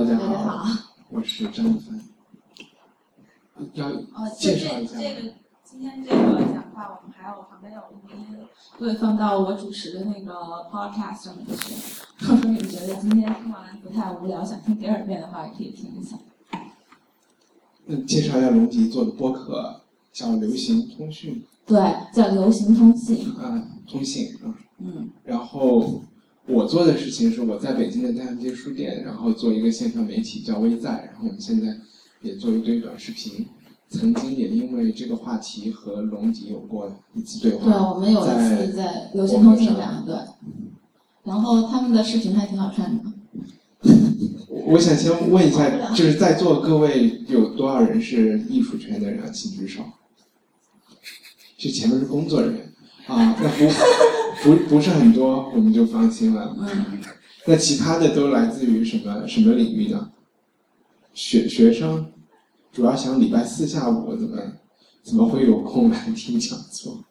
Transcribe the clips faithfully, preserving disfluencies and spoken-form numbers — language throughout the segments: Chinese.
大家好， 大家好， 我是张帆。要介绍一下、 哦、这个今天这个讲话，我们还有旁边有录音，会放到我主持的那个 podcast 上面去。如果你们觉得今天听完不太无聊，想听第二遍的话，也可以听一下。 嗯，介绍一下龙迪做的播客，叫流行通讯。 对，叫流行通信。 啊，通信啊。 嗯。 然后我做的事情是我在北京的太阳街书店，然后做一个线上媒体叫微在，然后我们现在也做一堆短视频。曾经也因为这个话题和龙迪有过一次对话。 对，我们有一次在流行通信上，对。然后他们的视频还挺好看的。 我想先问一下，就是在座各位有多少人是艺术圈的人啊？请举手。这前面是工作人员啊，那不不不是很多，我们就放心了。 嗯。 那其他的都来自于什么什么领域呢？学学生，主要想礼拜四下午怎么怎么会有空来听讲座？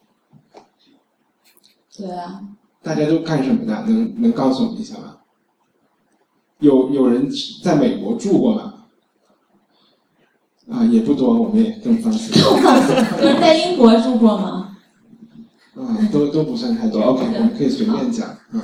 对啊。 大家都干什么的？能能告诉我们一下吗？有有人在美国住过吗？啊，也不多，我们也更放心。 更放心。有人在英国住过吗？ 啊，都都不算太多。OK， 我们可以随便讲。嗯。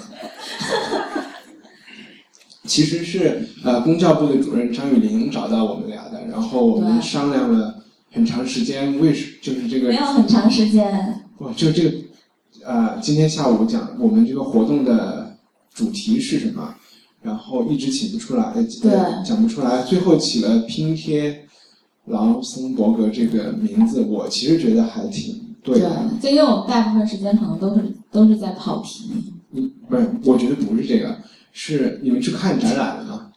其实是呃，公教部的主任张雨林找到我们俩的，然后我们商量了很长时间，为什就是这个没有很长时间。 哇，就这个呃，今天下午讲我们这个活动的主题是什么，然后一直起不出来， 对， 讲不出来，最后起了拼贴劳森伯格这个名字，我其实觉得还挺对的。 对，就因为我们大部分时间可能都是都是在跑题。 嗯，不是，我觉得不是这个。是你们去看展览了吗？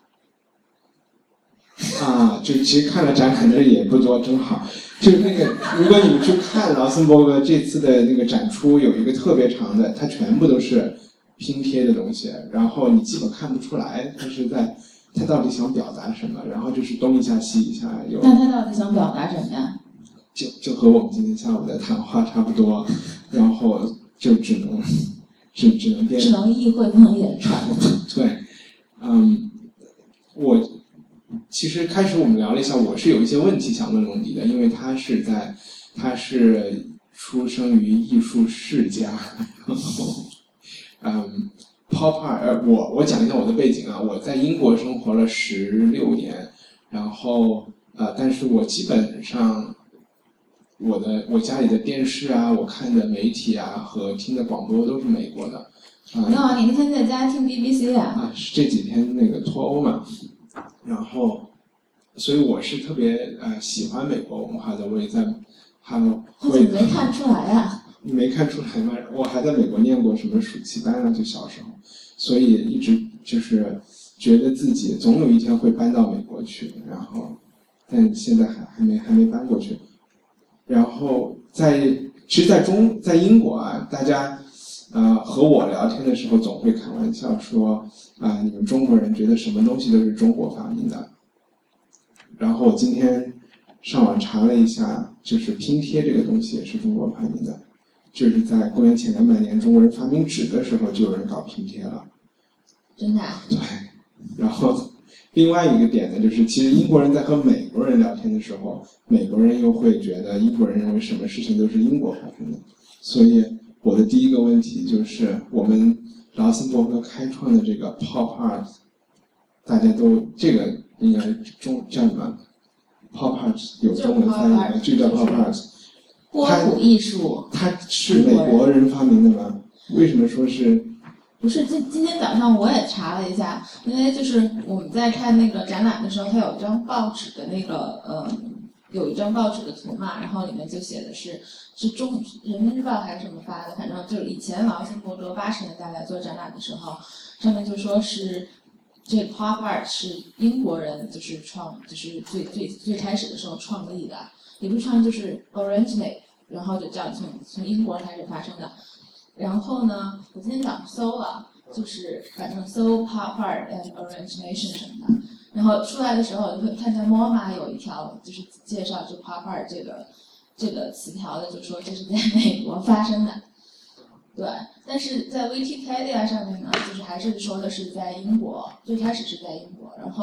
啊，就其实看了展览的人也不多，正好。就是那个，如果你们去看劳森伯格这次的那个展出，有一个特别长的，它全部都是拼贴的东西，然后你基本看不出来他是在他到底想表达什么，然后就是东一下西一下有。 那他到底想表达什么呀？ 就就和我们今天下午的谈话差不多，然后就只能。只只能变， 只能意会不能言传。 对，嗯，我其实开始我们聊了一下，我是有一些问题想问龙迪的，因为他是在，他是出生于艺术世家，然后，嗯 ，pop art， 呃，我我讲一下我的背景啊，我在英国生活了十六年，然后呃，但是我基本上。我的我家里的电视啊，我看的媒体啊和听的广播都是美国的。啊、 没有啊，你那天在家听 B B C 啊？ 啊，是这几天那个脱欧嘛，然后，所以我是特别呃喜欢美国文化的，我也在哈喽。 我怎么没看出来啊？ 你没看出来吗？我还在美国念过什么暑期班啊，就小时候，所以一直就是觉得自己总有一天会搬到美国去，然后，但现在还还没还没搬过去。然后在，其实，在中在英国啊，大家，呃，和我聊天的时候总会开玩笑说，啊、呃，你们中国人觉得什么东西都是中国发明的。然后我今天上网查了一下，就是拼贴这个东西也是中国发明的，就是在公元前两百年中国人发明纸的时候就有人搞拼贴了。 真的啊？ 对，然后。另外一个点呢，就是其实英国人在和美国人聊天的时候，美国人又会觉得英国人认为什么事情都是英国发生的。所以我的第一个问题就是，我们劳森伯格开创的这个 pop art， 大家都这个应该中叫什么 ？pop art 有中文翻译吗？就叫 pop art。 波普艺术。 它是美国人发明的吗？为什么说是？ 不是，今今天早上我也查了一下，因为就是我们在看那个展览的时候，它有一张报纸的那个呃，有一张报纸的图嘛，然后里面就写的是是中人民日报还是什么发的，反正就是以前劳森伯格八十年代来做展览的时候，上面就说是这个 pop art 是英国人就是创，就是最最最开始的时候创立的，也不是创，就是 originate， 然后就叫从从英国开始发生的。然后呢，我今天早上搜了，就是反正搜 pop art and origination 什么的，然后出来的时候就会看见 M O M A 有一条就是介绍这 pop art 这个这个词条的，就说这是在美国发生的。对，但是在 Wikipedia 上面呢，就是还是说的是在英国，最开始是在英国，然后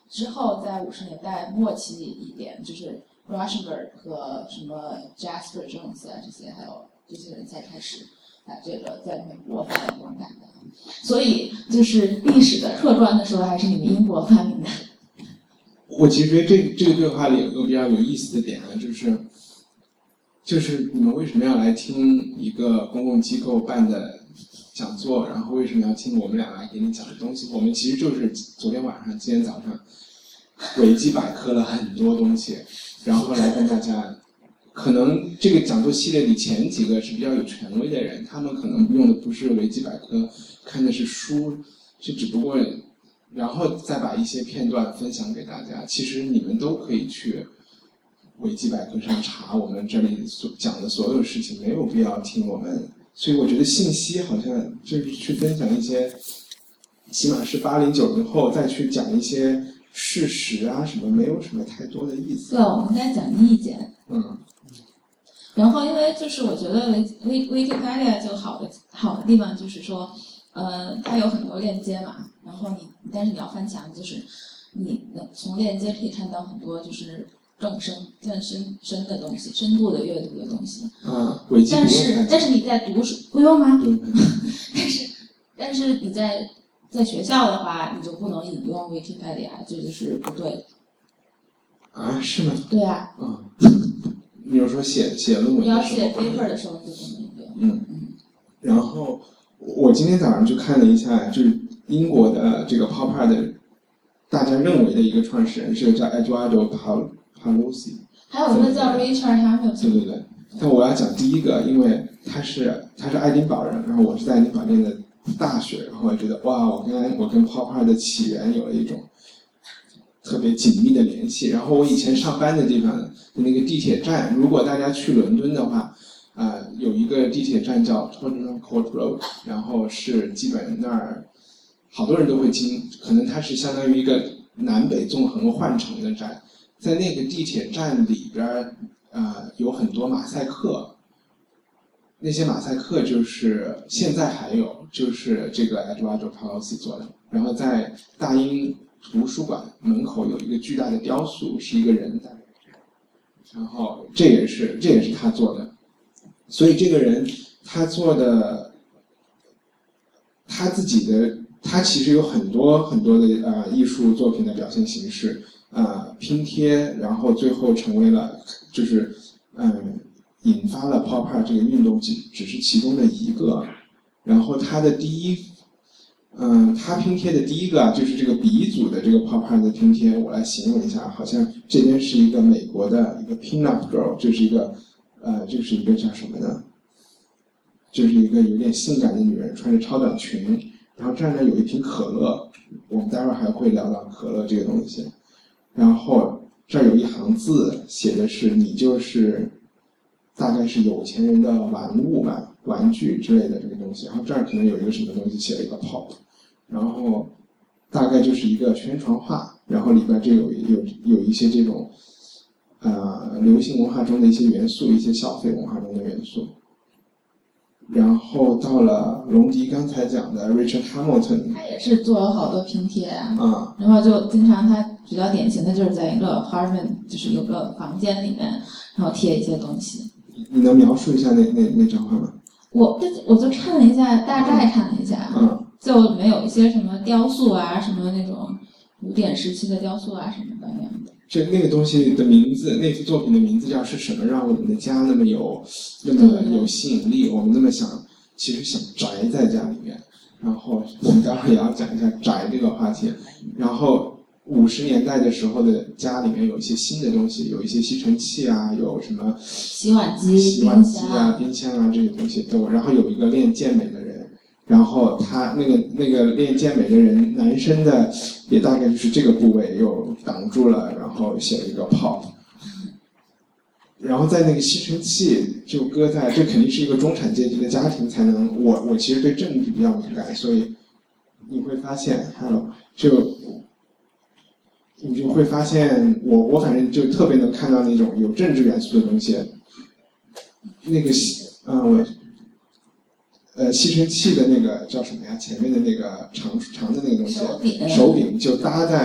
之后在五十年代末期一点，就是 Rauschenberg 和什么 Jasper Jones 啊这些，还有这些人才开始把这个在美国发扬光大的。所以就是历史的客观的说，还是你们英国发明的。 我其实觉得这这个对话里有个比较有意思的点呢，就是就是你们为什么要来听一个公共机构办的讲座，然后为什么要听我们俩来给你讲的东西？我们其实就是昨天晚上、今天早上维基百科了很多东西，然后来跟大家。可能这个讲座系列里前几个是比较有权威的人，他们可能用的不是维基百科，看的是书，这只不过，然后再把一些片段分享给大家。其实你们都可以去维基百科上查我们这里所讲的所有事情，没有必要听我们。所以我觉得信息好像就是去分享一些，起码是八零九零后再去讲一些事实啊什么，没有什么太多的意思。 对，我们应该讲意见。 嗯。 然后，因为就是我觉得维维维基百科就好的好的地方就是说，呃，它有很多链接嘛。然后你，但是你要翻墙，就是你从链接可以看到很多就是更深、更深深的东西，深度的阅读的东西。 啊，维基但是但是你在读书不用吗？ 嗯、 但是但是你在在学校的话，你就不能引用维基百科，这就是不对的。 啊？是吗？ 对啊。 嗯。比如说写写论文的时候， 你要写 paper 的时候就不能用。 嗯嗯。然后我今天早上就看了一下，就是英国的这个 Pop Art 的，大家认为的一个创始人是叫 Eduardo Paolucci， 还有一个叫 Richard Hamilton。 对对对。但我要讲第一个，因为他是他是爱丁堡人，然后我是在爱丁堡念的大学，然后我觉得哇，我跟我跟 Pop Art 的起源有了一种特别紧密的联系。然后我以前上班的地方的那个地铁站，如果大家去伦敦的话，呃，有一个地铁站叫 Tottenham Court Road， 然后是基本那儿好多人都会经，可能它是相当于一个南北纵横换乘的站。在那个地铁站里边，呃，有很多马赛克，那些马赛克就是现在还有，就是这个 Eduardo Paolucci 做的。然后在大英图书馆门口有一个巨大的雕塑，是一个人在，然后这也是这也是他做的。所以这个人他做的，他自己的他其实有很多很多的呃艺术作品的表现形式，呃拼贴，然后最后成为了就是嗯引发了 Pop Art 这个运动，只只是其中的一个。然后他的第一嗯，他拼贴的第一个啊，就是这个鼻祖的这个 Pop Art 的拼贴，我来形容一下，好像这边是一个美国的一个 Pin-up Girl， 就是一个呃，这是一个叫什么呢？就是一个有点性感的女人，穿着超短裙，然后这儿呢有一瓶可乐，我们待会儿还会聊到可乐这个东西。然后这儿有一行字，写的是你就是大概是有钱人的玩物吧，玩具之类的这个东西。然后这儿可能有一个什么东西写了一个 pop， 然后大概就是一个宣传画，然后里边就有有有一些这种呃流行文化中的一些元素，一些消费文化中的元素。然后到了龙迪刚才讲的 Richard Hamilton， 他也是做了好多拼贴啊， 啊、 然后就经常他比较典型的就是在一个 apartment， 就是有个房间里面，然后贴一些东西。 你能描述一下那那那张画吗？ 我我就看了一下，大概看了一下， 嗯， 就里面有一些什么雕塑啊，什么那种古典时期的雕塑啊，什么的那样的。 这那个东西的名字，那幅作品的名字叫是什么？让我们的家那么有那么有吸引力，我们那么想，其实想宅在家里面。然后我们待会儿也要讲一下宅这个话题。然后五十年代的时候的家里面有一些新的东西，有一些吸尘器啊，有什么洗碗机、 洗碗机啊、冰箱啊这些东西都。然后有一个练健美的人，然后他那个那个练健美的人，男生的也大概就是这个部位又挡住了，然后写了一个 pop。然后在那个吸尘器就搁在，这肯定是一个中产阶级的家庭才能。我我其实对政治比较敏感，所以你会发现 ，hello 就。你就会发现我，我我反正就特别能看到那种有政治元素的东西。那个吸，嗯、呃，我，呃，吸尘器的那个叫什么呀？前面的那个长长的那个东西， 手柄， 手柄就搭在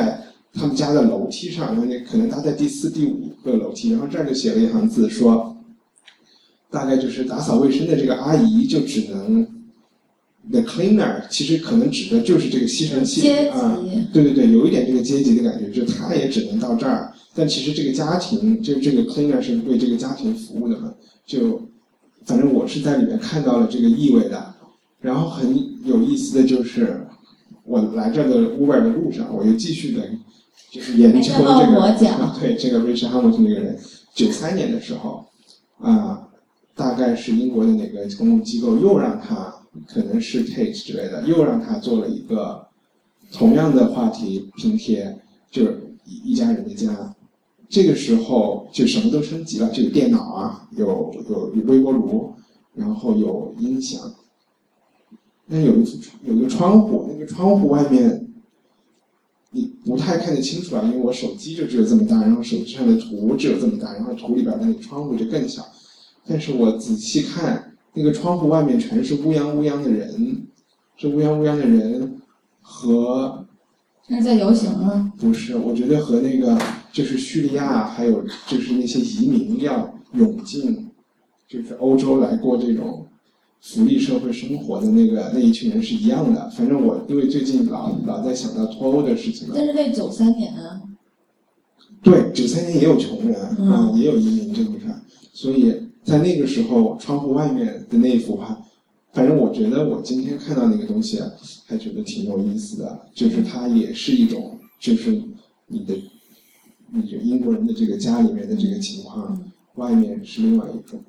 他们家的楼梯上，然后那可能他在第四、第五个楼梯，然后这儿就写了一行字说，大概就是打扫卫生的这个阿姨就只能 the cleaner， 其实可能指的就是这个吸尘器啊、嗯，对对对，有一点这个阶级的感觉，就他也只能到这儿，但其实这个家庭，就这个 cleaner 是为这个家庭服务的嘛，就反正我是在里面看到了这个意味的。然后很有意思的就是，我来这的 Uber 的路上，我又继续的，就是研究这个，对这个 Richard Hamilton 这个人，九三年的时候，啊、呃，大概是英国的哪个公共机构又让他，可能是 Tate 之类的，又让他做了一个同样的话题拼贴，就是一家人的家。这个时候就什么都升级了，就有电脑啊，有有有微波炉，然后有音响。那有一有一个窗户，那个窗户外面你不太看得清楚啊，因为我手机就只有这么大，然后手机上的图只有这么大，然后图里边的那个窗户就更小。但是我仔细看，那个窗户外面全是乌泱乌泱的人，这乌泱乌泱的人和那是在游行吗？ 不是，我觉得和那个就是叙利亚还有就是那些移民要涌进，就是欧洲来过这种福利社会生活的那个那一群人是一样的。反正我因为最近老老在想到脱欧的事情了。 但是那九三年啊。 对，九三年也有穷人啊、 嗯呃，也有移民这种事儿，所以在那个时候，窗户外面的那一幅画，反正我觉得我今天看到那个东西啊，还觉得挺有意思的，就是它也是一种，就是你的，你的英国人的这个家里面的这个情况， 嗯、 外面是另外一种。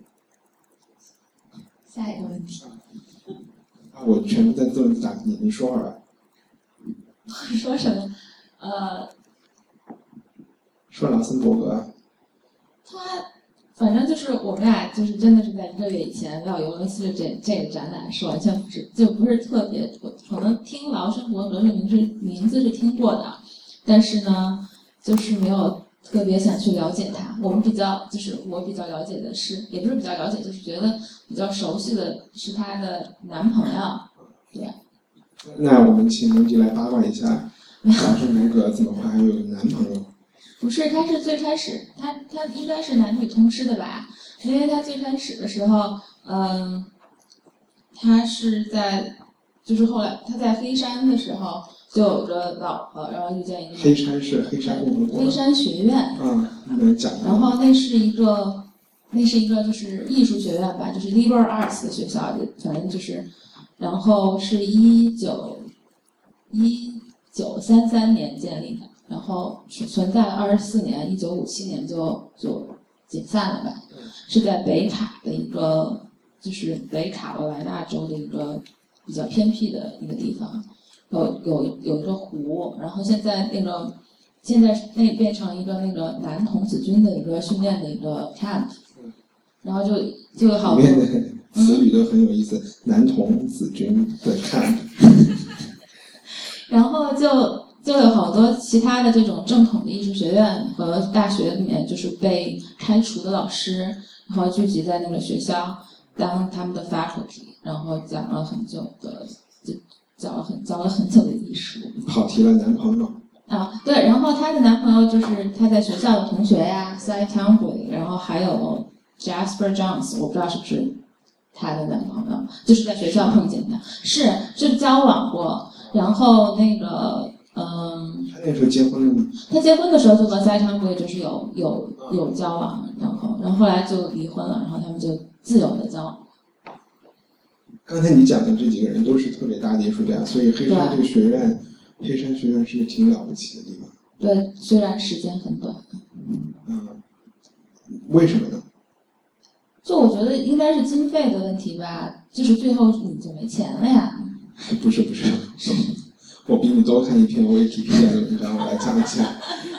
下一个问题。 啊，我全部在自问自答，你你说会儿吧。 说什么？呃。 说劳森伯格。 他反正就是我们俩就是真的是在一个月以前聊尤伦斯的这这个展览，是完全不是就不是特别，我可能听劳森伯格这名字名字是听过的，但是呢，就是没有特别想去了解他。我们比较就是我比较了解的是，也不是比较了解，就是觉得比较熟悉的是他的男朋友，对。 那我们请蒙迪来八卦一下，劳森伯格怎么会还有男朋友？ 不是，他是最开始，他他应该是男女通吃的吧？因为他最开始的时候，嗯，他是在，就是后来他在黑山的时候就有着老婆，然后遇见一个黑山是黑山共和国。 黑山学院。 嗯，你能讲。 然后那是一个，那是一个就是艺术学院吧，就是 liberal arts 的学校，反正就是，然后是一九一九三三年建立的。然后存在了二十四年，一九五七年就就解散了吧，是在北卡的一个，就是北卡罗来纳州的一个比较偏僻的一个地方，有有有一个湖，然后现在那个现在那变成一个那个男童子军的一个训练的一个 camp， 然后就就有好多里面的词语都很有意思，嗯、男童子军的 camp， 然后就。就有好多其他的这种正统的艺术学院和大学里面，就是被开除的老师，然后聚集在那个学校当他们的 faculty， 然后讲了很久的，就教了很教了很久的艺术。 跑题了，男朋友啊，对，然后她的男朋友就是她在学校的同学呀 ，Cy Twombly， 然后还有 Jasper Johns， 我不知道是不是她的男朋友，就是在学校碰见的，是是交往过，然后那个。嗯， 他那时候结婚了吗？ 他结婚的时候就和塞汤布就是有有有交往，然后然后后来就离婚了，然后他们就自由的交往。 刚才你讲的这几个人都是特别大的艺术家，所以黑山这个学院，黑山学院是个挺了不起的地方。 对，虽然时间很短。 嗯，为什么呢？ 就我觉得应该是经费的问题吧，就是最后你就没钱了呀。 不是不是。我比你多看一篇 Wikipedia 的文章，我来讲一下。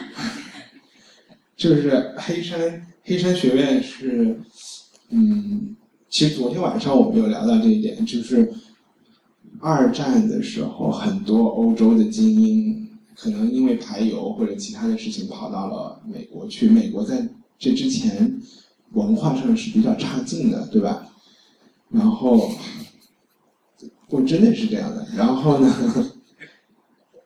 就是黑山黑山学院是，嗯，其实昨天晚上我们有聊到这一点，就是二战的时候，很多欧洲的精英可能因为排油或者其他的事情跑到了美国去。美国在这之前文化上是比较差劲的，对吧？然后，我真的是这样的。然后呢？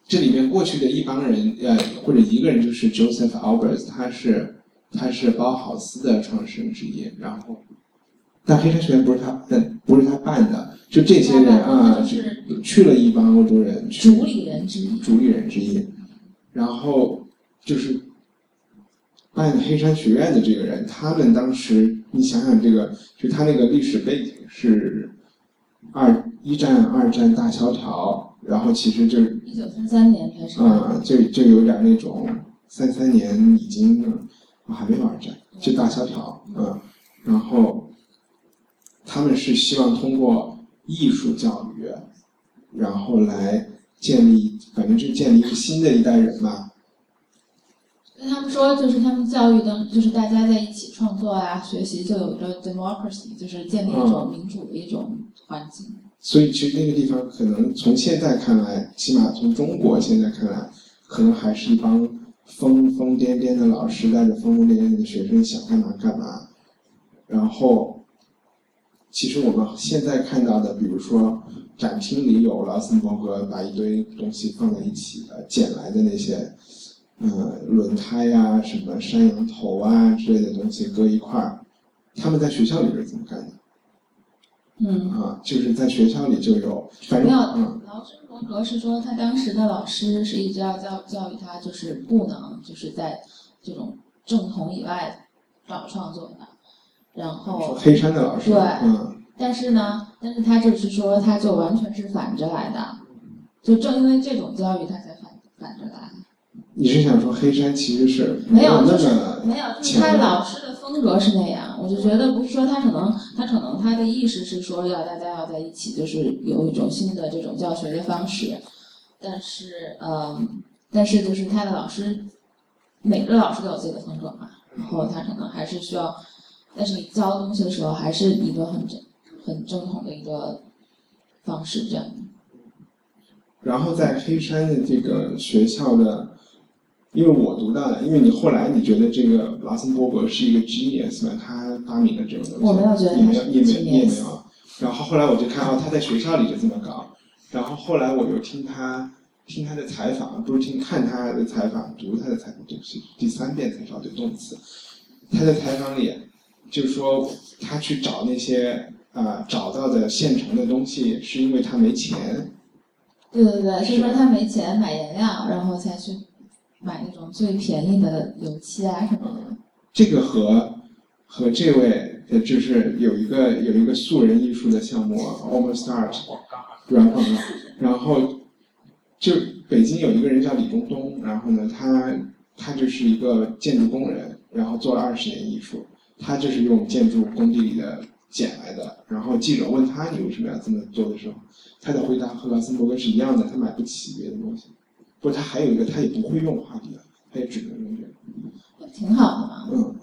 这里面过去的一帮人，呃，或者一个人就是 Joseph Albers， 他是他是包豪斯的创始人之一，然后，但黑山学院不是他，但不是他办的，就这些人啊， 就是去了一帮欧洲人， 主理人之一， 主理人之一，然后就是办黑山学院的这个人，他们当时你想想这个，就他那个历史背景是二一战、二战大萧条，然后其实就一九三三年开始， 啊，就就有点那种三三年已经啊还没有二战，就大萧条，嗯，然后他们是希望通过艺术教育，然后来建立，反正就建立一个新的一代人嘛。 跟他们说，就是他们教育的，就是大家在一起创作啊、学习，就有着 democracy， 就是建立一种民主的一种环境。 嗯，所以其实那个地方可能从现在看来，起码从中国现在看来，可能还是一帮疯疯癫癫的老师带着疯疯癫癫的学生想干嘛干嘛。然后，其实我们现在看到的，比如说展厅里有劳森伯格把一堆东西放在一起的捡来的那些。呃，轮胎啊，什么山羊头啊之类的东西搁一块儿，他们在学校里是怎么干的？ 嗯啊，就是在学校里就有，反正嗯， 劳森伯格是说他当时的老师是一直要教教育他，就是不能就是在这种正统以外找创作的，然后黑山的老师对， 嗯， 但是呢，但是他就是说他就完全是反着来的，就正因为这种教育他才反反着来。 你是想说黑山其实是没有， 那就是么没有，就是他老师的风格是那样，我就觉得不是说他可能他可能他的意识是说要大家要在一起，就是有一种新的这种教学的方式，但是嗯，但是就是他的老师每个老师都有自己的风格嘛，然后他可能还是需要，但是你教东西的时候还是一个很正很正统的一个方式这样。 然后在黑山的这个学校的。因为我读到的，因为你后来你觉得这个劳森伯格是一个 genius 嘛，他发明了这种东西， 我没有觉得他是 genius，你也没有。然后后来我就看到他在学校里就这么搞，然后后来我又听他听他的采访，不是听看他的采访，读他的采访，对不起，第三遍才找对动词。他在采访里就说他去找那些啊、呃、找到的现成的东西，是因为他没钱。 对对对，是说他没钱买颜料，然后才去。买那种最便宜的油漆啊什么的。 这个和和这位就是有一个有一个素人艺术的项目 Almost Art， 然后呢，然后就北京有一个人叫李东东，然后呢，他他就是一个建筑工人，然后做了二十年艺术，他就是用建筑工地里的捡来的。然后记者问他你为什么要这么做的时候，他的回答和劳森伯格是一样的，他买不起别的东西。不，他还有一个，他也不会用画笔，他也只能用这个。 挺好的嘛。 嗯。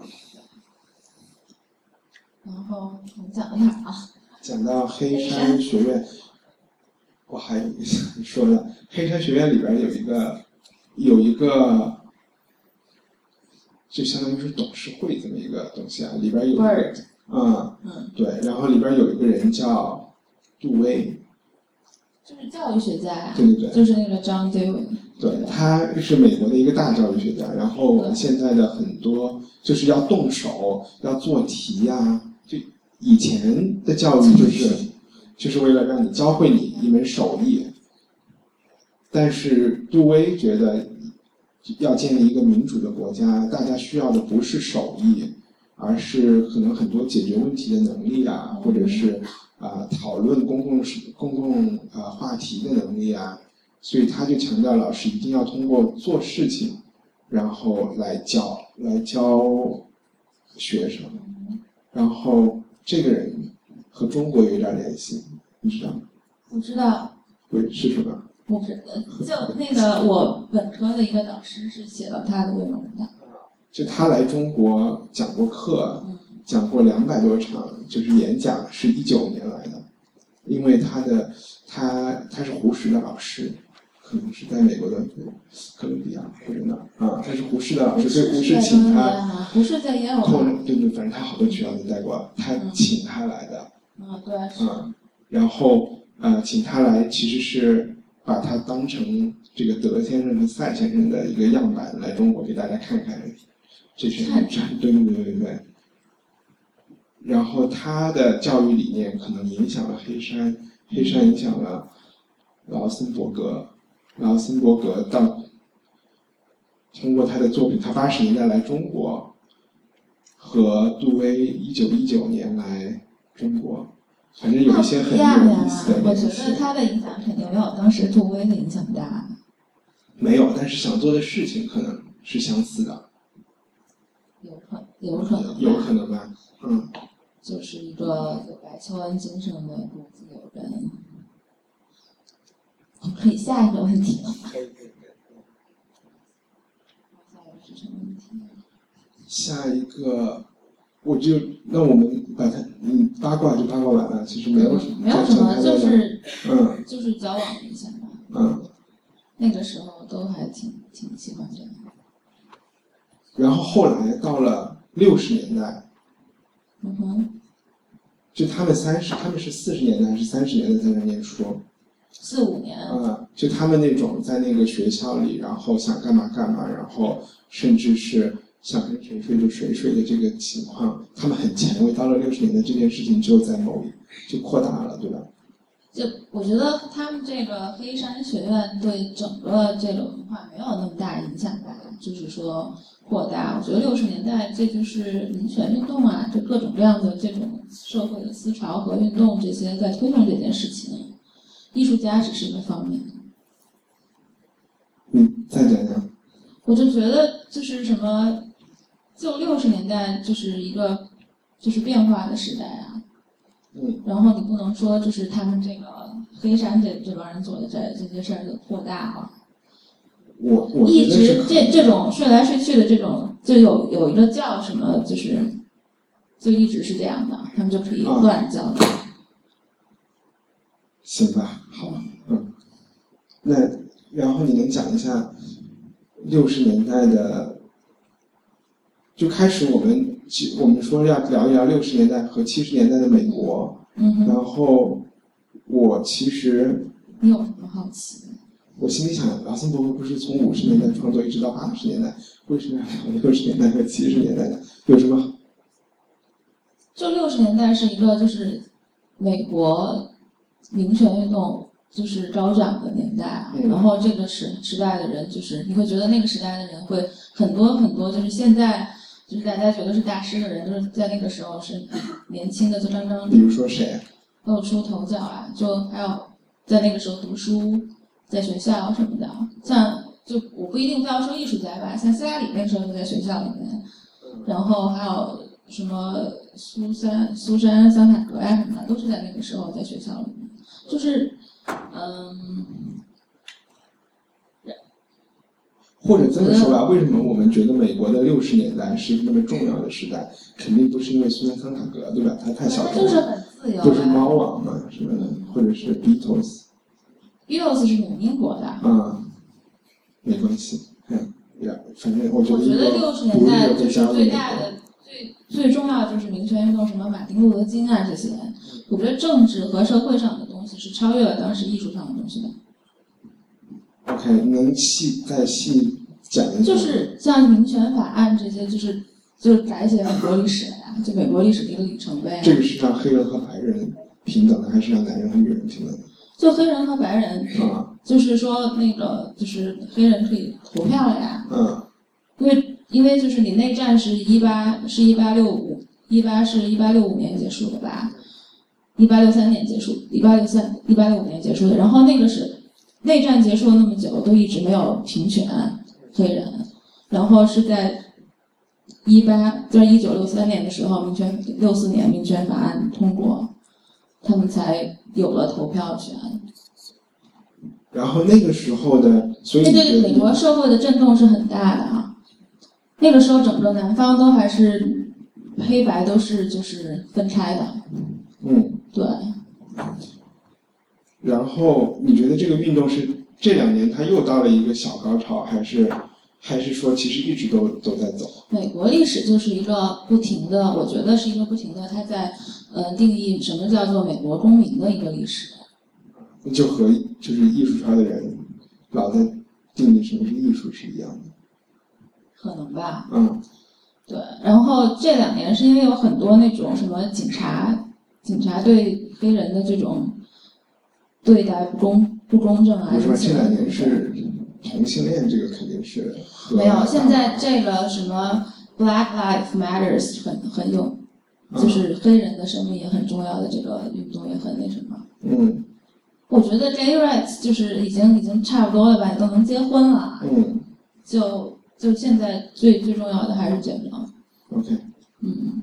然后我们讲到哪儿啊？ 讲到黑山学院，我还有一个想说的，黑山学院里边有一个有一个，就相当于是董事会这么一个东西啊，里边有一个，嗯嗯，对，然后里边有一个人叫杜威。 就是教育学家呀、啊， 对对对， 就是那个 John Dewey。 对，他是美国的一个大教育学家。然后我们现在的很多就是要动手，要做题呀、啊。就以前的教育就是就是为了让你教会你一门手艺。但是杜威觉得，要建立一个民主的国家，大家需要的不是手艺，而是可能很多解决问题的能力啊，或者是。啊、呃，讨论公共公共呃话题的能力啊，所以他就强调老师一定要通过做事情，然后来教来教学生。然后这个人和中国有点联系，你知道吗？ 我知道。 对，是什么？ 我不是，就那个我本科的一个导师是写了他的论文的。 就他来中国讲过课。嗯，讲过两百多场，就是演讲，是一九年来的，因为他的他他是胡适的老师，可能是在美国的哥伦比亚或者哪啊，他是胡适的老师，所以胡适请他， 胡适在耶鲁， 对对，反正他好多学校都带过，他请他来的， 嗯，对， 嗯，然后呃，请他来其实是把它当成这个德先生和赛先生的一个样板来中国给大家看看这篇文章。对对对对对。然后他的教育理念可能影响了黑山，黑山影响了劳森伯格，劳森伯格到通过他的作品，他八十年代来中国，和杜威一九一九年来中国，反正有一些很有意思的联系。我觉得他的影响肯定没有当时杜威的影响大。 没有，但是想做的事情可能是相似的。 有可有可能。 有可能吧，嗯。 就是一个有白求恩精神的独自有人。我可以下一个问题了吗？ 可以可以可以。 下一个是什么问题？ 下一个，我就那我们把它，嗯，八卦就八卦完了，其实没有什么， 没有什么，就是嗯， 就是交往一下吧。 嗯。 那个时候都还挺挺喜欢这样。 然后后来到了六十年代。 嗯哼， 就他们三十，他们是四十年代还是三十年代在那念书？ 四五年。 啊，就他们那种在那个学校里，然后想干嘛干嘛，然后甚至是想跟谁睡就谁睡的这个情况，他们很前卫。到了六十年代，这件事情就在某就扩大了，对吧？ 就我觉得他们这个黑山学院对整个这个文化没有那么大影响吧，就是说扩大。我觉得六十年代这就是民权运动啊，就各种各样的这种社会的思潮和运动，这些在推动这件事情。艺术家只是一个方面。 你再讲讲。 我就觉得就是什么，就六十年代就是一个就是变化的时代啊。 嗯， 然后你不能说就是他们这个黑山这这帮人做的这这些事儿就扩大了。 我我一直这这种睡来睡去的这种，就有有一个叫什么，就是就一直是这样的，他们就可以乱叫的。 啊、行吧，好，嗯，那然后你能讲一下六十年代的，就开始我们。我们说要聊一聊六十年代和七十年代的美国， 嗯， 然后我其实你有什么好奇？ 我心里想，劳森伯格不是从五十年代创作一直到八十年代，为什么要聊六十年代和七十年代呢？有什么？ 就六十年代是一个就是美国民权运动就是高涨的年代啊， 嗯、 然后这个时时代的人就是你会觉得那个时代的人会很多很多，就是现在。就是大家觉得是大师的人，就是在那个时候是年轻的，就刚刚比如说谁露出头角啊，就还有在那个时候读书，在学校什么的，像就我不一定非要说艺术家吧，像斯拉里那时候就在学校里面，然后还有什么苏珊、苏珊·桑塔格呀什么的，都是在那个时候在学校里面，就是嗯。 或者这么说吧，为什么我们觉得美国的六十年代是那么重要的时代？肯定不是因为苏珊·桑塔格，对吧？他太小众了。 就是很自由。 就是猫王嘛什么的，或者是 Beatles。Beatles 是你们英国的。 啊，没关系，嗯，呀，反正我觉得。 我觉得六十年代就是最大的、最最重要的就是民权运动，什么马丁·路德·金啊这些。我觉得政治和社会上的东西是超越了当时艺术上的东西的。 OK， 能细再细讲一讲？ 就是像民权法案这些，就是就改写美国历史了呀，就美国历史的一个里程碑。 这个是让黑人和白人平等的，还是让男人和女人平等的？ 就黑人和白人， 啊， 就是说那个就是黑人可以投票了呀。 嗯。 因为因为就是你内战是一八是一八六五，一八是一八六五年结束的吧？一八六三年结束，一八六三一八六五年结束的，然后那个是。内战结束了那么久，都一直没有平权黑人，然后是在一八就是一九六三年的时候，民权六四年民权法案通过，他们才有了投票权。 然后那个时候的，所以那对美国社会的震动是很大的啊。那个时候整个南方都还是黑白都是就是分开的。 嗯， 对。 然后你觉得这个运动是这两年它又到了一个小高潮，还是还是说其实一直都都在走？ 美国历史就是一个不停的，我觉得是一个不停的，它在呃定义什么叫做美国公民的一个历史。 就和就是艺术圈的人老在定义什么是艺术是一样的。 可能吧。 嗯， 对。然后这两年是因为有很多那种什么警察，警察对黑人的这种对待不公不公正啊。 不是吧？这两年是同性恋，这个肯定是没有。现在这个什么 Black Lives Matters 很很有，就是黑人的生命也很重要的这个运动也很那什么。 嗯。 我觉得 gay rights 就是已经已经差不多了吧，你都能结婚了。 嗯。就就现在最最重要的还是这个。 OK。 嗯。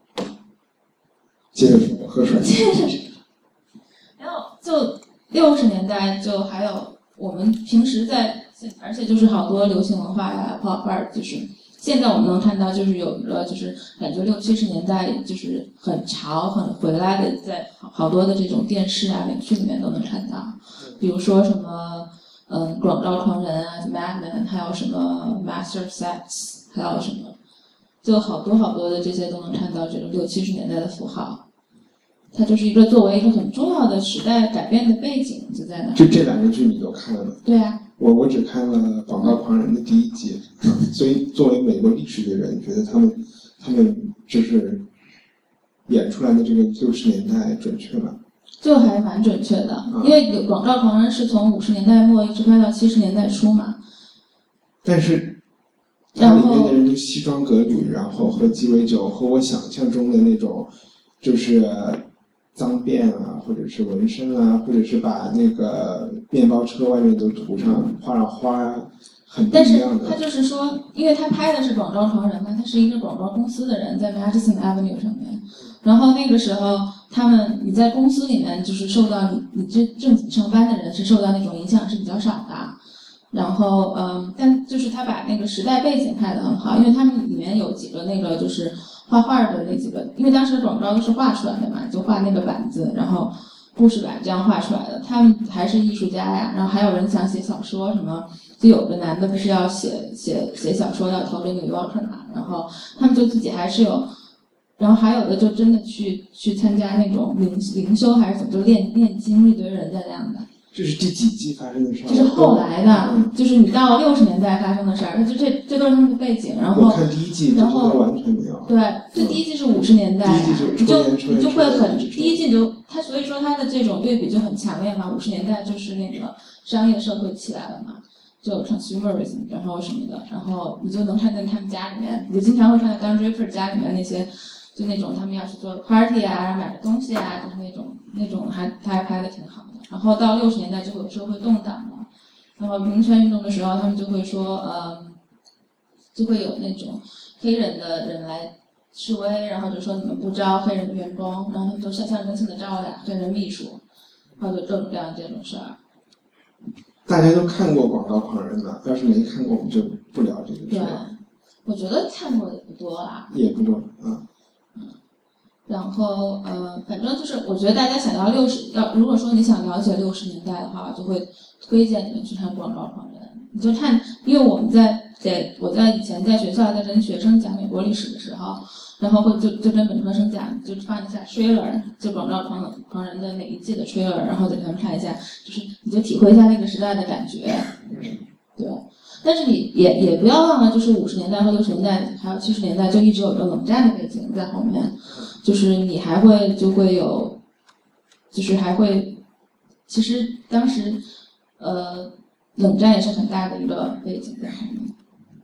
接着说，喝水。 接着说。然后就六十年代就还有我们平时在，而且就是好多流行文化呀 ，pop art， 就是现在我们能看到就是有一个就是感觉六七十年代就是很潮很回来的，在好多的这种电视啊美剧里面都能看到，比如说什么嗯广告狂人啊 Mad Men， 还有什么 Master of Sex， 还有什么就好多好多的这些都能看到这种六七十年代的符号。它就是一个作为一个很重要的时代改变的背景就在那。 这这两个剧你都看了吗？ 对啊。 我我只看了《广告狂人》的第一季，所以作为美国历史的人，觉得他们他们就是演出来的这个六十年代准确吗？ 就还蛮准确的，因为《广告狂人》是从五十年代末一直拍到七十年代初嘛。 但是它里面的人都西装革履，然后喝鸡尾酒，和我想象中的那种就是脏辫啊，或者是纹身啊，或者是把那个面包车外面都涂上画上花，很不一样的。 但是他就是说，因为他拍的是广告狂人嘛，他是一个广告公司的人，在 Madison Avenue 上面。然后那个时候，他们你在公司里面就是受到你你这正经上班的人是受到那种影响是比较少的。然后嗯，但就是他把那个时代背景拍得很好，因为他们里面有几个那个就是画画的那几个，因为当时广告都是画出来的嘛，就画那个板子，然后故事板这样画出来的。他们还是艺术家呀，然后还有人想写小说什么，就有个男的不是要写写写小说要投给New Yorker嘛，然后他们就自己还是有，然后还有的就真的去去参加那种灵灵修还是怎么，就练练经，一堆人在那样的。 这是第几季发生的事儿？ 这是后来的，就是你到六十年代发生的事儿，就这这都是他们的背景。然后我看第一季， 然后完全没有。 对，这第一季是五十年代， 第一季你就你就会很第一季就他，所以说他的这种对比就很强烈嘛。五十年代就是那个商业社会起来了嘛，就 consumerism， 然后什么的，然后你就能看见他们家里面，你就经常会看到 Don Draper 家里面那些，就那种他们要去做 party 啊，然后买个东西啊，就是那种那种还他还拍的挺好的。然后到六十年代就会有社会动荡了，然后民权运动的时候，他们就会说，呃，就会有那种黑人的人来示威，然后就说你们不招黑人的员工，然后他们就象象征性的招了俩黑人秘书，然后就各种各样这种事儿。 大家都看过《广告狂人》的，要是没看过，我们就不聊这个事。 对，我觉得看过的也不多啦。 也不多啊。 然后呃，反正就是我觉得大家想要六十，要如果说你想了解六十年代的话，就会推荐你们去看《广告狂人》。你就看，因为我们在在我在以前在学校在跟学生讲美国历史的时候，然后会就就跟本科生讲，就放一下 trailer， 就《广告狂狂人》的哪一季的 trailer， 然后给他们看一下，就是你就体会一下那个时代的感觉，对。但是你也也不要忘了，就是五十年代和六十年代还有七十年代就一直有一个冷战的背景在后面，就是你还会就会有，就是还会，其实当时呃冷战也是很大的一个背景在后面。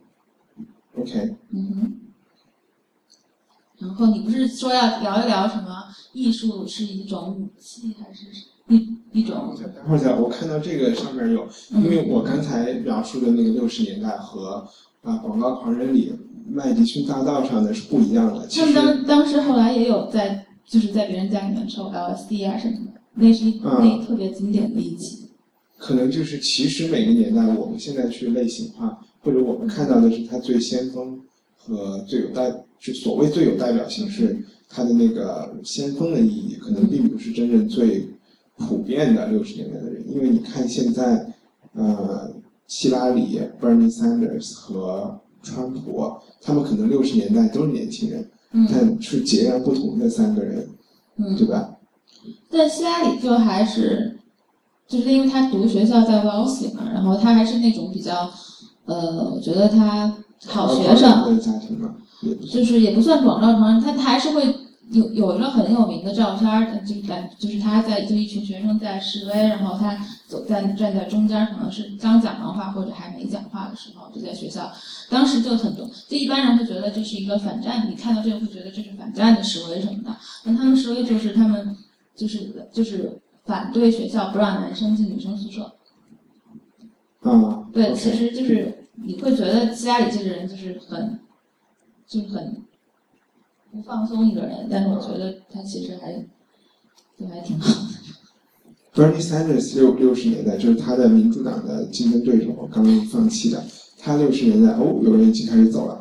OK。 嗯哼。然后你不是说要聊一聊什么艺术是一种武器还是一一种？ 等会儿讲，我看到这个上面有，因为我刚才描述的那个六十年代和啊《广告狂人》里麦迪逊大道上的是不一样的。 他们当当时后来也有在就是在别人家里面抽 L S D 啊什么的，那是一、嗯、那特别经典的一集。 可能就是其实每个年代我们现在去类型化，或者我们看到的是它最先锋和最有代，就所谓最有代表性是它的那个先锋的意义，可能并不是真正最普遍的六十年代的人。因为你看现在，呃，希拉里、Bernie Sanders 和川普，他们可能六十年代都是年轻人， 嗯、 但是截然不同的三个人， 嗯、 对吧？ 但希拉里就还是就是因为他读学校在 Wellesley 嘛，然后他还是那种比较，呃，我觉得他好学生， 家庭嘛， 就是也不算广告城，他他还是会有有一个很有名的照片，就是在就是他在就一群学生在示威，然后他走在站在中间，可能是刚讲完话或者还没讲话的时候，就在学校，当时就很多，就一般人会觉得这是一个反战，你看到这个会觉得这是反战的示威什么的，那他们示威就是他们就是就是反对学校不让男生进女生宿舍。 啊， 对， okay. 其实就是你会觉得希拉里这个人就是很就是很不放松一个人，但是我觉得他其实还就还挺好的。 Bernie Sanders 六六十年代就是他的民主党的竞争对手刚放弃的，他六十年代哦，有人已经开始走了。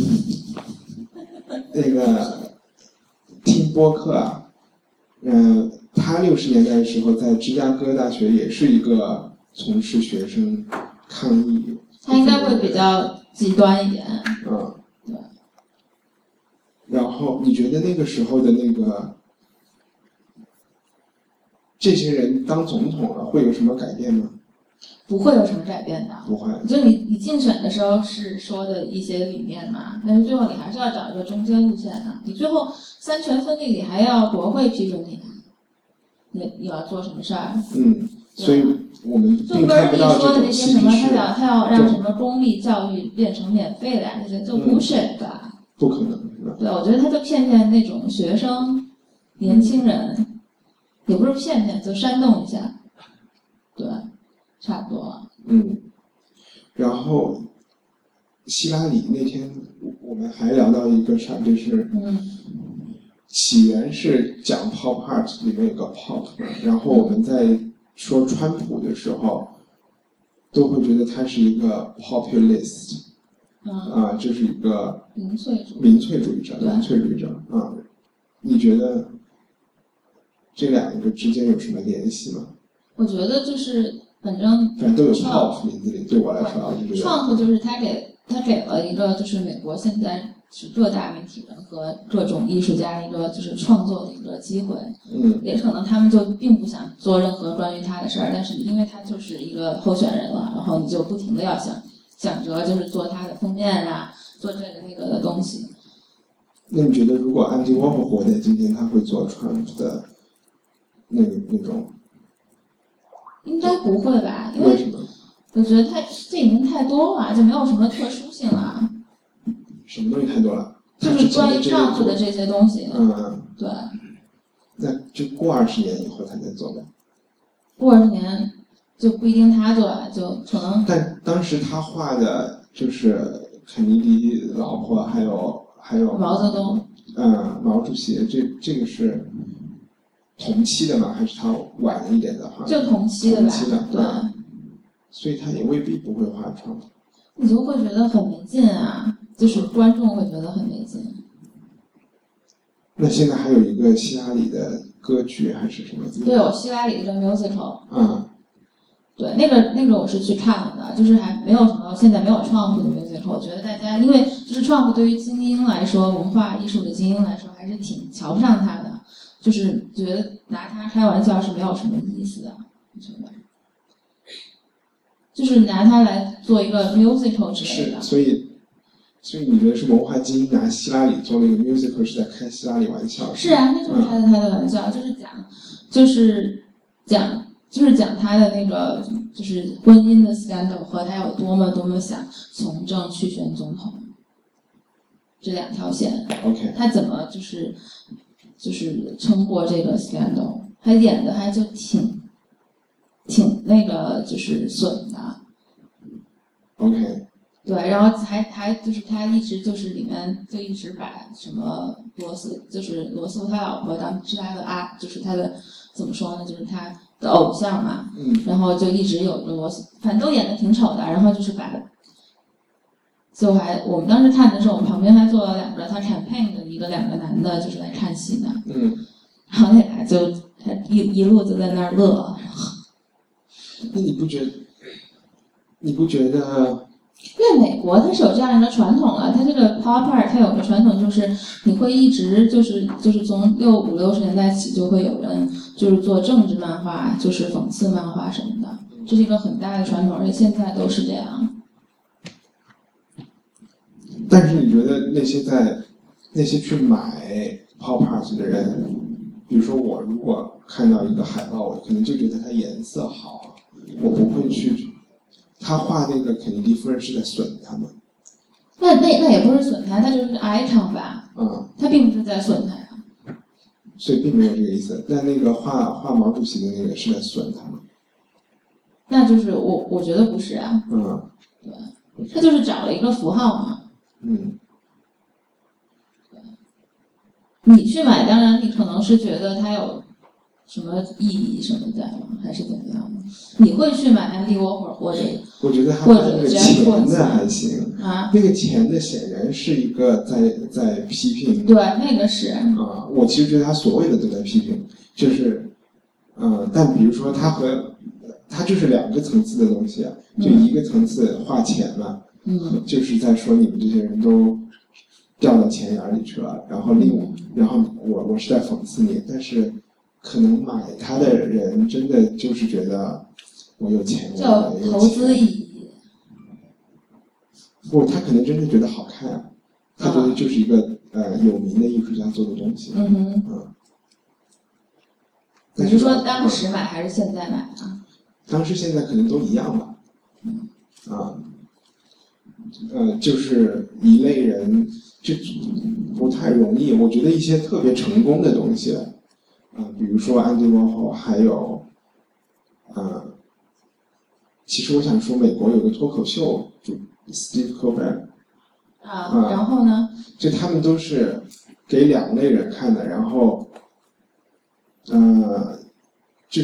那个听播客啊，嗯、呃，他六十年代的时候在芝加哥大学也是一个从事学生抗议。 他应该会比较极端一点。 嗯， 对。 然后你觉得那个时候的那个这些人当总统了会有什么改变吗？ 不会有什么改变的。 不会。 就你你竞选的时候是说的一些理念嘛，但是最后你还是要找一个中间路线的。你最后三权分立，你还要国会批准你，你你要做什么事儿？ 嗯，所以我们并看不到这种说的那些什么，他要他要让什么公立教育变成免费的呀，这些就不是的。 嗯，不可能是吧？ 对，我觉得他就骗骗那种学生、年轻人，也不是骗骗，就煽动一下，对，差不多了。 嗯，然后希拉里那天我们还聊到一个啥，就是嗯， 起源是讲 pop art 里面有个 pop， 然后我们在说川普的时候，都会觉得他是一个 populist， 嗯啊，这是一个民粹主义民粹主义者，民粹主义者啊，你觉得这两个之间有什么联系吗？ 我觉得就是反正反正都有 pop 名字里，对我来说啊，就是 Trump 就是他给他给了一个就是美国现在是各大媒体人和各种艺术家一个就是创作的一个机会， 嗯， 也可能他们就并不想做任何关于他的事儿，但是因为他就是一个候选人了，然后你就不停的要想想着就是做他的封面啊，做这个那个的东西。 那你觉得如果安迪沃霍活在今天，他会做 Trump 的那个那种？ 应该不会吧？因为什么？ 我觉得太这已经太多了，就没有什么特殊性了。 什么东西太多了？ 就是关于 Trump 的这些东西。 嗯， 对。 那就过二十年以后他再做呗。 过二十年就不一定他做了，就可能。 但当时他画的就是肯尼迪老婆，还有还有毛泽东。 嗯，毛主席，这这个是同期的吗？还是他晚了一点的话？ 就同期的吧。 同期的， 对。 嗯，所以他也未必不会画 Trump。 你就会觉得很没劲啊，就是观众会觉得很没劲。 那现在还有一个希拉里的歌剧还是什么？ 对，有希拉里的 musical。 嗯。 对，那个那个我是去看了的，就是还没有什么，现在没有 Trump 的 musical。我觉得大家因为就是 Trump 对于精英来说，文化艺术的精英来说，还是挺瞧不上他的，就是觉得拿他开玩笑是没有什么意思的，我觉得。就是拿它来做一个 musical 之类的。 是，所以，所以你觉得是文化精英拿希拉里做那个 musical 是在开希拉里玩笑？ 是啊，那就是开的他的玩笑，嗯、就是讲，就是讲，就是讲他的那个就是婚姻的 scandal 和他有多么多么想从政去选总统，这两条线。 OK。 他怎么就是就是撑过这个 scandal？ 他演的还就挺。挺那个就是损的 ，OK， 对，然后还还就是他一直就是里面就一直把什么罗斯就是罗斯福他老婆当是他的啊，就是他的怎么说呢，就是他的偶像嘛， 嗯， 然后就一直有个罗斯，反正都演的挺丑的，然后就是把，就还我们当时看的时候，我们旁边还坐了两个他 campaign 的一个两个男的，就是来看戏的， 嗯， 然后那俩就他一一路就在那儿乐。 那你不觉得？你不觉得因为美国它是有这样一个传统了，它这个 pop art 它有个传统，就是你会一直就是就是从六五六十年代起就会有人就是做政治漫画，就是讽刺漫画什么的，这是一个很大的传统，而且现在都是这样。 但是你觉得那些在那些去买 pop art 的人，比如说我如果看到一个海报，我可能就觉得它颜色好，我不会去。他画那个肯尼迪夫人是在损他吗？ 那那那也不是损他，他就是 icon 吧？ 嗯， 他并不是在损他呀。 所以并没有这个意思。但那个画画毛主席的那个是在损他吗？ 那就是我我觉得不是啊。 嗯， 对，他就是找了一个符号嘛。 嗯。 你去买，当然你可能是觉得它有什么意义什么在吗？还是怎么样的？你会去买安迪沃霍尔或者？ 我觉得他那个钱的还行啊， 那个钱的显然是一个在在批评。 对，那个是啊，我其实觉得他所谓的都在批评，就是，嗯、呃，但比如说他和他就是两个层次的东西啊，就一个层次花钱嘛， 嗯， 就是在说你们这些人都掉到钱眼里去了，然后另外，然后我我是在讽刺你，但是可能买它的人真的就是觉得我有钱， 叫投资意义。 不，他可能真的觉得好看啊，他觉得就是一个呃有名的艺术家做的东西。 嗯哼。 嗯。 你是说当时买还是现在买啊？ 当时现在可能都一样吧。 嗯。 啊。呃，就是一类人，就不太容易。我觉得一些特别成功的东西，啊、呃，比如说安迪沃霍，还有，呃，其实我想说，美国有个脱口秀主 Steve Colbert， 啊、呃，然后呢？ 就他们都是给两类人看的，然后，呃，就是，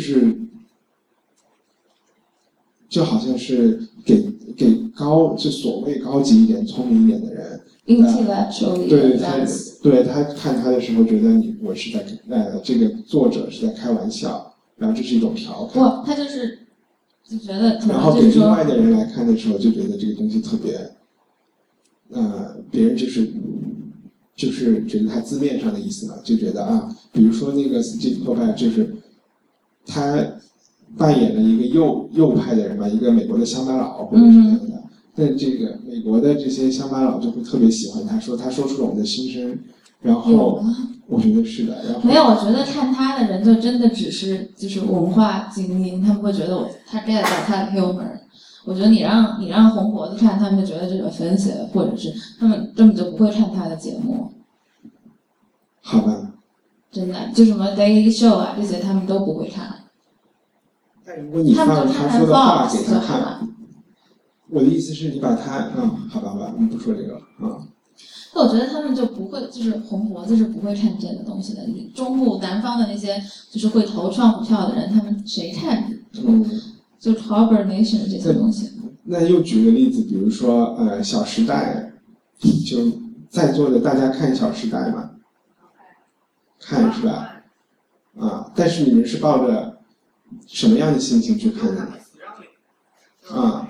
就好像是给。给高就所谓高级一点、聪明一点的人 ，intellectually，、 呃、对他对他看他的时候，觉得你我是在呃这个作者是在开玩笑，然后这是一种调侃。 不，他就是就觉得可能然后就是说， 给另外的人来看的时候，就觉得这个东西特别，呃，别人就是就是觉得他字面上的意思嘛，就觉得啊，比如说那个 Steve Colbert 就是他。扮演了一个右右派的人吧，一个美国的乡巴佬或者是这样的，嗯、但这个美国的这些乡巴佬就会特别喜欢他，说他说出了我们的心声，然后我觉得是的，然后没有，我觉得看他的人就真的只是就是文化精英，他们会觉得我他 get 到他的 humor。我觉得你让你让红脖子看，他们就觉得这个分析，或者是他们根本就不会看他的节目。 好吧。 真的，就什么 Daily Show 啊这些，他们都不会看。 但如果你放他说的话给他看，我的意思是你把他，嗯，好吧，好吧，我们不说这个了，啊、嗯。 那我觉得他们就不会，就是红脖子是不会看这个东西的。你中部南方的那些就是会投创股票的人，他们谁看？ 嗯， 就 Hibernation 这些东西。 那又举个例子，比如说呃，《小时代》，就在座的大家看《小时代》吗？看是吧？啊，但是你们是抱着什么样的心情去看的？啊，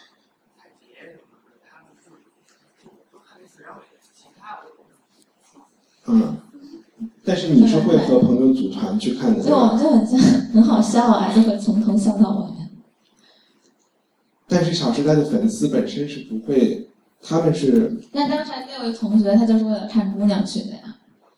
嗯，但是你是会和朋友组团去看的， 就我们就很像很好笑啊，就会从头笑到尾。 但是《小时代》的粉丝本身是不会，他们是。 那刚才那位同学他就是为了看姑娘去的呀，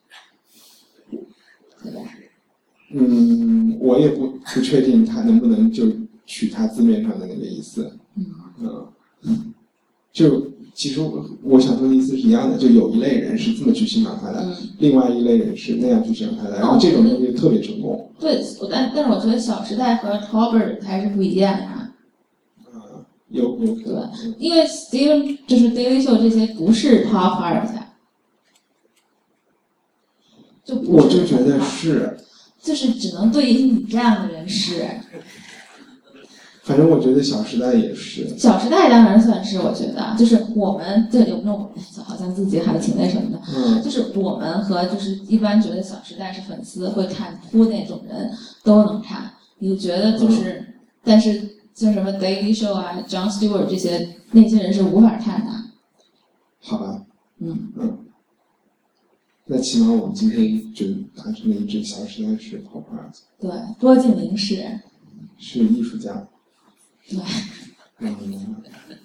对吧？ 嗯，我也不不确定他能不能就取他字面上的那个意思。嗯，嗯，就其实我我想说的意思是一样的，就有一类人是这么去欣赏他的， 嗯、 另外一类人是那样去欣赏他的，然后这种东西特别成功。 对，但但是我觉得《小时代》和 Tolbert 还是不一样啊。 啊，有有可能。 对，因为 Steven 就是 Daily Show 这些不是 Pop Art， 就不是我就觉得是。 就是只能对于你这样的人是。 反正我觉得《小时代》也是。《 小时代》当然算是，我觉得就是我们这有没有好像自己还挺那什么的， 嗯， 就是我们和就是一般觉得《小时代》是粉丝会看哭那种人都能看。你觉得就是， 嗯、 但是像什么 Daily Show 啊 Jon Stewart 这些那些人是无法看的。 好吧， 嗯嗯，那起码我们今天就达成了一致，小时代是 pop art， 对，多进凝视是艺术家。 对， 嗯，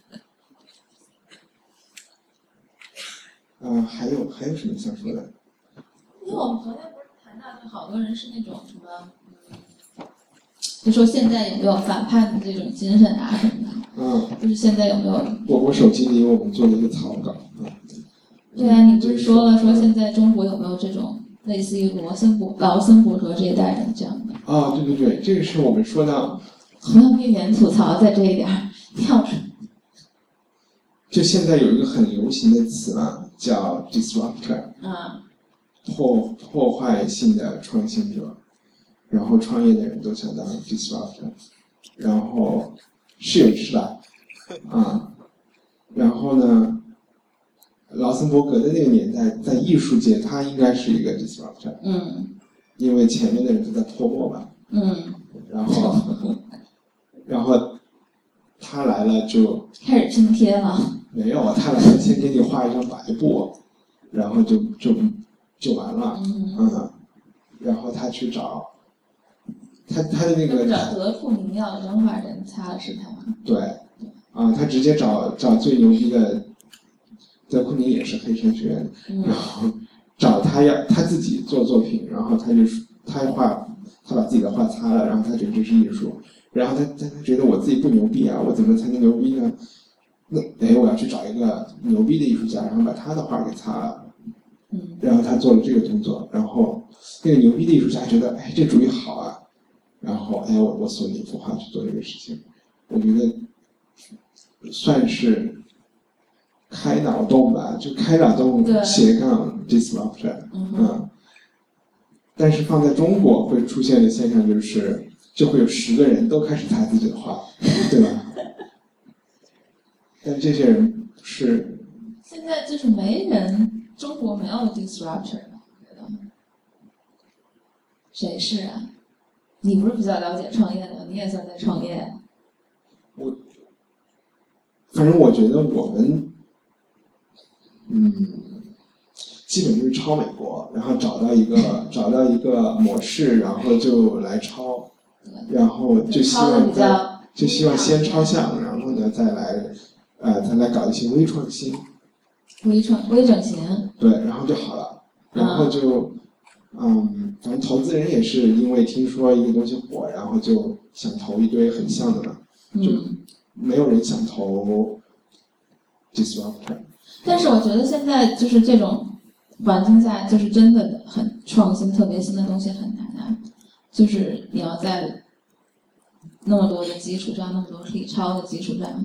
呃，还有还有什么想说的？ 因为我们昨天不是谈到，就好多人是那种什么，嗯，就说现在有没有反叛的这种精神啊什么的。 嗯， 就是现在有没有？ 我我手机里我们做了一个草稿。嗯， 对啊，你不是说了说现在中国有没有这种类似于罗森伯、劳森伯格这一代人这样的？ 啊，对对对，这个是我们说到， 好像避免吐槽在这一点跳出。 就现在有一个很流行的词啊，叫 disruptor， 啊， 破破坏性的创新者，然后创业的人都想当 disruptor， 然后是有吃的啊，然后呢，劳森伯格的那个年代，在艺术界他应该是一个 disruptor， 嗯， 因为前面的人都在泼墨吧， 嗯， 然后然后他来了就开始拼贴了。 没有啊，他来了先给你画一张白布，然后就就就完了， 嗯， 嗯，然后他去找他他的那个找德库明耀人画人擦了是他吗？ 对，啊，他直接找找最牛逼的，德库宁也是黑山学院， 嗯， 然后找他要他自己做作品，然后他就他画他把自己的画擦了，然后他觉得这是艺术，然后他他他觉得我自己不牛逼啊，我怎么才能牛逼呢？那哎，我要去找一个牛逼的艺术家，然后把他的画给擦了， 嗯， 然后他做了这个动作，然后那个牛逼的艺术家觉得，哎，这主意好啊，然后哎，我我送你一幅画去做这个事情，我觉得算是开脑洞吧，就开脑洞斜杠 disruptor， 嗯， 嗯，但是放在中国会出现的现象就是，就会有十个人都开始擦自己的画，对吧？但这些人是现在就是没人，中国没有 disruptor 了，我觉得。谁是啊？你不是比较了解创业的，你也算在创业。 我，反正我觉得我们，嗯，基本就是抄美国，然后找到一个找到一个模式，然后就来抄，然后就希望在就希望先抄像，然后呢再来。呃，再来搞一些微创新， 微创微整形， 对，然后就好了，然后就，嗯，反正投资人也是因为听说一个东西火，然后就想投一堆很像的嘛，就没有人想投 disruptor。 但是我觉得现在就是这种环境下，就是真的很创新、特别新的东西很难啊，就是你要在那么多的基础上，那么多可以抄的基础上。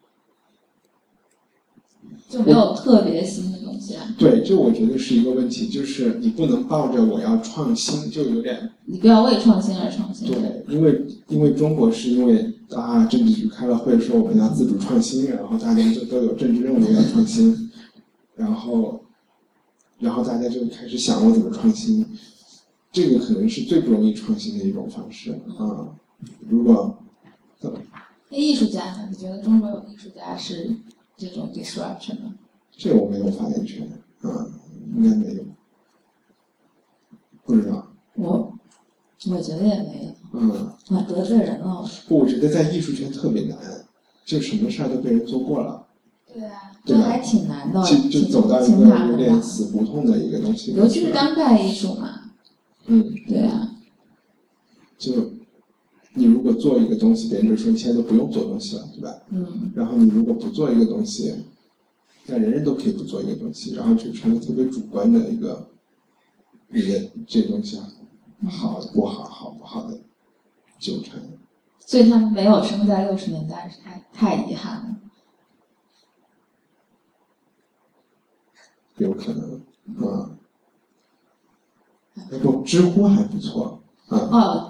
就没有特别新的东西啊。 对，这我觉得是一个问题，就是你不能抱着我要创新，就有点。 你不要为创新而创新。 对，因为因为中国是因为啊，政治局开了会说我们要自主创新，然后大家就都有政治任务要创新，然后然后大家就开始想我怎么创新，这个可能是最不容易创新的一种方式啊、嗯。如果那艺术家呢？你觉得中国有艺术家是？这种 disruption 呢？ 这个我没有发言权，啊，应该没有，不知道。 我我觉得也没有。 嗯。 啊，得罪人了。 不，我觉得在艺术圈特别难，就什么事儿都被人做过了。 对啊，这还挺难的。 就就走到一个有点死胡同的一个东西。 尤其是当代艺术嘛。 嗯。 对啊。 就。你如果做一个东西，别人就说你现在都不用做东西了，对吧？ 嗯。然后你如果不做一个东西，那人人都可以不做一个东西，然后就成了特别主观的一个，你的这个东西啊，好不好，好不好的纠缠。 所以他们没有生在六十年代，是太太遗憾了。 有可能，啊、嗯。不，知乎还不错，啊、嗯。 哦。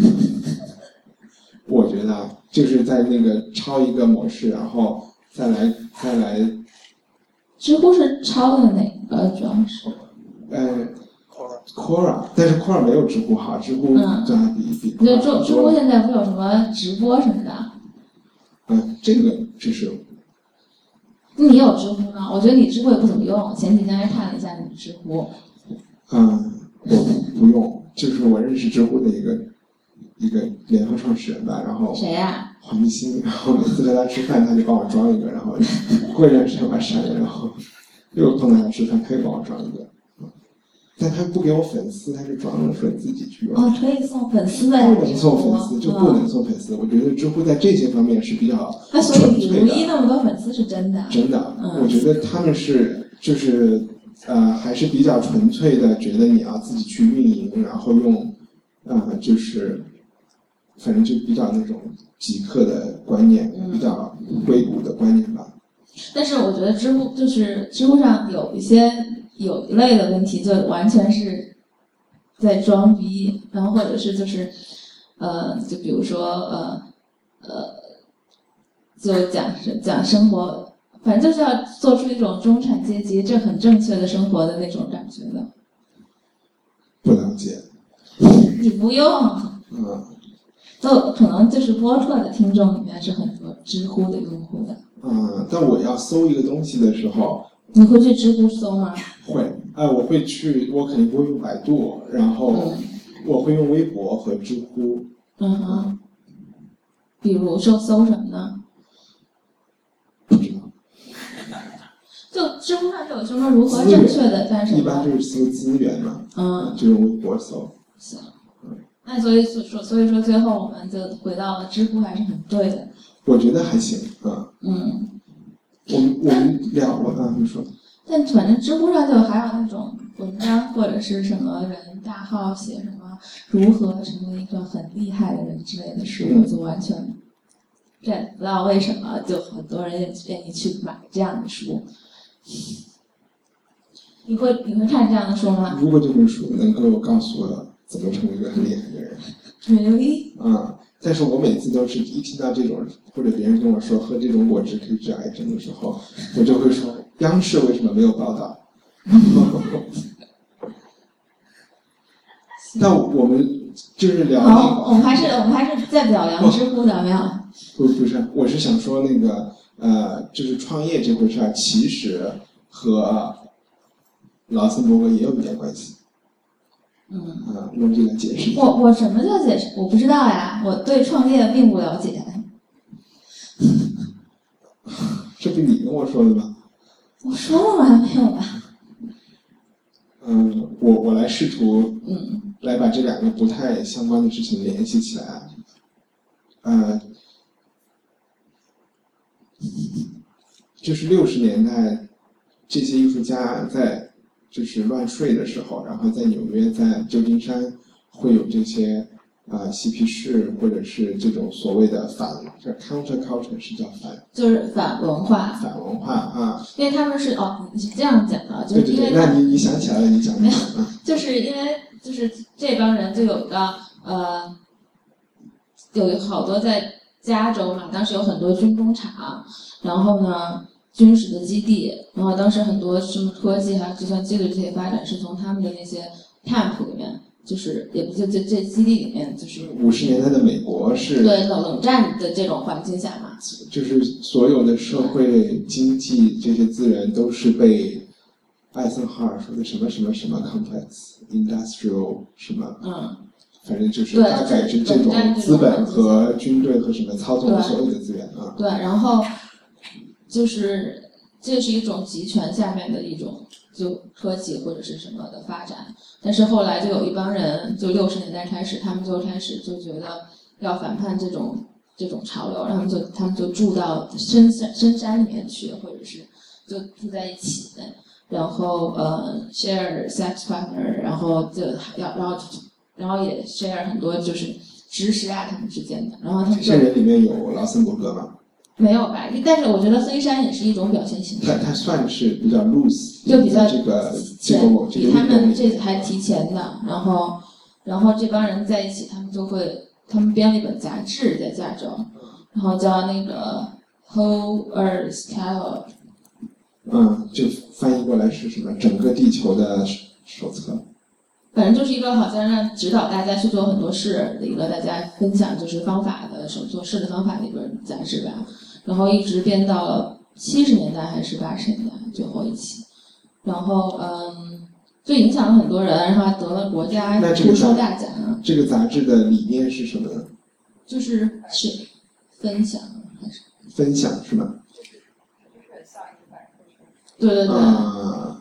我觉得就是在那个抄一个模式，然后再来再来。 知乎是抄的哪个？主要是。 呃 ，Quora， 但是 Quora 没有知乎好，知乎对比比。 对，知知乎现在不有什么直播什么的？ 嗯，这个就是。 你有知乎吗？我觉得你知乎也不怎么用。前几天还看了一下你的知乎。 嗯，我不用，就是我认识知乎的一个一个联合创始人吧，然后谁呀、啊？ 黄立新，然后每次和他吃饭，他就帮我装一个，然后过一段时间把他删了，然后又碰到他吃饭，他又帮我装一个。但他不给我粉丝，他是装了说自己去用。 哦，可以送粉丝的。 不能送粉丝，就不能送粉丝。嗯、我觉得知乎在这些方面是比较那所以李如一那么多粉丝是真的。 真的， 嗯、 我觉得他们是就是呃还是比较纯粹的，觉得你要自己去运营，然后用呃就是反正就比较那种极客的观念， 嗯、 比较硅谷的观念吧。 但是我觉得知乎就是知乎上有一些。有一类的问题就完全是在装逼，然后或者是就是呃，就比如说呃呃，就讲讲生活，反正就是要做出一种中产阶级这很正确的生活的那种感觉的。 不了解。 你不用。 嗯。 都可能就是播客的听众里面是很多知乎的用户的。 嗯，但我要搜一个东西的时候。 你会去知乎搜吗？ 会，哎、呃，我会去，我肯定不会用百度，然后我会用微博和知乎。 嗯哼。比如说搜什么呢？ 不知道。 就知乎上有什么如何正确的干什么？ 一般就是搜资源嘛。 嗯。 就用微博搜。 行。嗯。那所以说，所以说最后我们就回到了知乎还是很对的。 我觉得还行啊。 嗯。 我们我们聊过啊，你说。 但反正知乎上就还有那种文章或者是什么人大号写什么如何成为一个很厉害的人之类的书，我就完全 get 不到为什么就很多人也愿意去买这样的书。你会你会看这样的书吗？ 如果这本书能够告诉我怎么成为一个很厉害的人。 Really？ 啊。但是我每次都是一听到这种，或者别人跟我说喝这种果汁可以治癌症的时候，我就会说央视为什么没有报道？那我们就是聊、那个。 好，我们还是我们还是在表扬知乎的，没有？ 不不是，我是想说那个呃，就是创业这回事儿，其实和劳森伯格也有一点关系。 嗯， 啊，用这个解释一下。 我我什么叫解释？我不知道呀，我对创业并不了解。 这不你跟我说的吗？ 我说了吗？没有吧？ 嗯，我我来试图， 嗯， 来把这两个不太相关的事情联系起来。呃，就是六十年代，这些艺术家在。就是乱睡的时候，然后在纽约、在旧金山会有这些啊、呃、嬉皮士，或者是这种所谓的反，叫 counter culture 是叫反， 就是反文化。 反文化啊， 因为他们是哦，你是这样讲的，就是因为对对对，那你你想起来了，你讲没有，就是因为就是这帮人就有个呃，有好多在加州嘛，当时有很多军工厂，然后呢。军事的基地，然后当时很多什么科技还有计算机的这些发展是从他们的那些 camp 里面，就是也不就这这基地里面，就是五十年代的美国是对冷冷战的这种环境下嘛， 就是所有的社会经济这些资源都是被艾森豪尔说的什么什么什么 complex industrial 什么， 嗯， 反正就是大概是这种资本和军队和什么操纵所有的资源啊， 对，然后。就是这是一种集权下面的一种就科技或者是什么的发展，但是后来就有一帮人，就六十年代开始，他们就开始就觉得要反叛这种这种潮流，然后他们就他们就住到深山深山里面去，或者是就住在一起，然后呃 share sex partner， 然后就要然后然后也 share 很多就是知识啊他们之间的，然后他们这些人里面有劳森伯格吗？ 没有吧，但是我觉得黑山也是一种表现形式。 它它算是比较 loose， 就比较这个这个比他们这还提前的，然后然后这帮人在一起，他们就会他们编了一本杂志在加州，然后叫那个 Whole Earth Catalog。 嗯，就翻译过来是什么？整个地球的手册。 反正就是一个好像让指导大家去做很多事的一个大家分享就是方法的手做事的方法的一本杂志吧，然后一直编到了七十年代还是八十年代最后一期，然后嗯，就影响了很多人，然后还得了国家图书大奖。 这个杂志的理念是什么呢？ 就是是分享还是分享是吗？ 对对对。 啊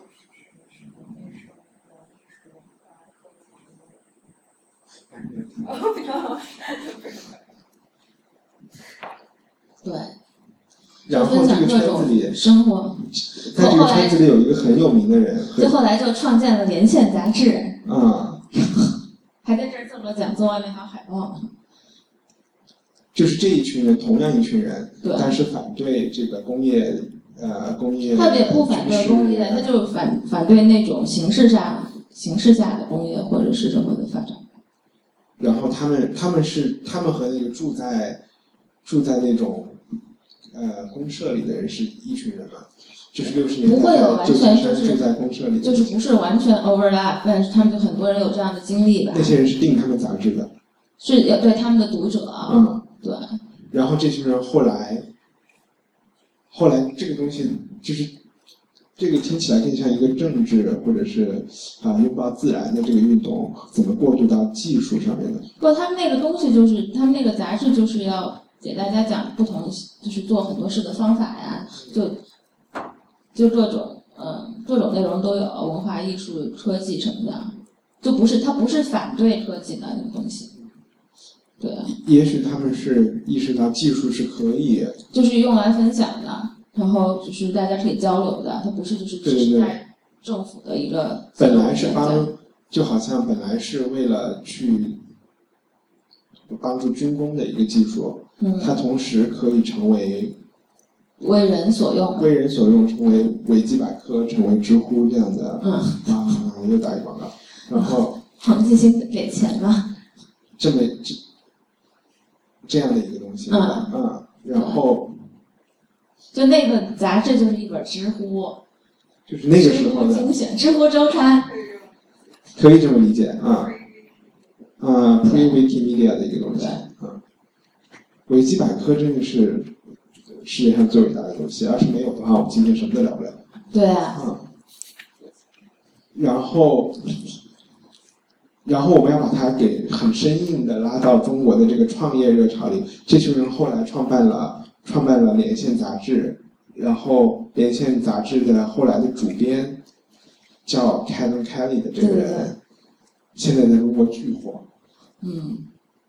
对， 然后这个圈子里， 生活， 在这个圈子里有一个很有名的人， 就后来就创建了《连线》杂志， 啊、嗯， 还在这儿赠了讲座，外面还有海报。 就是这一群人，同样一群人， 对， 但是反对这个工业，呃，工业。 他也不反对工业，他就反反对那种形式下、形式下的工业或者是什么的发展。 然后他们他们是他们和那个住在住在那种呃公社里的人是一群人嘛，就是六十年代不会有完全就是住在公社里， 就是不是完全 overlap， 但是他们就很多人有这样的经历吧。 那些人是订他们杂志的， 是要对他们的读者， 嗯， 对。 然后这群人后来，后来这个东西就是。这个听起来更像一个政治，或者是啊拥抱自然的这个运动，怎么过渡到技术上面的？ 不，他们那个东西就是他们那个杂志就是要给大家讲不同，就是做很多事的方法呀，就就各种嗯各种内容都有，文化艺术、科技什么的，就不是它不是反对科技的那个东西，对。 也许他们是意识到技术是可以， 就是用来分享的。然后就是大家可以交流的，它不是就是只是在政府的一个。 本来是帮，就好像本来是为了去帮助军工的一个技术， 嗯， 它同时可以成为为人所用， 为人所用，成为维基百科，成为知乎这样的。 嗯啊，又打一广告，然后黄继兴给钱了， 这么这这样的一个东西， 嗯嗯，然后。 就那个杂志就是一本知乎， 就是那个时候的精选知乎周刊， 可以这么理解啊，啊 ，pre Wikimedia 的一个东西啊，维基百科真的是世界上最伟大的东西，要是没有的话，我们今天什么都聊不了。 对啊。 啊，然后，然后我们要把它给很生硬的拉到中国的这个创业热潮里，这群人后来创办了。创办了《连线》杂志，然后《连线》杂志的后来的主编叫 Kevin Kelly 的这个人， 对对对， 现在在中国巨火。 嗯，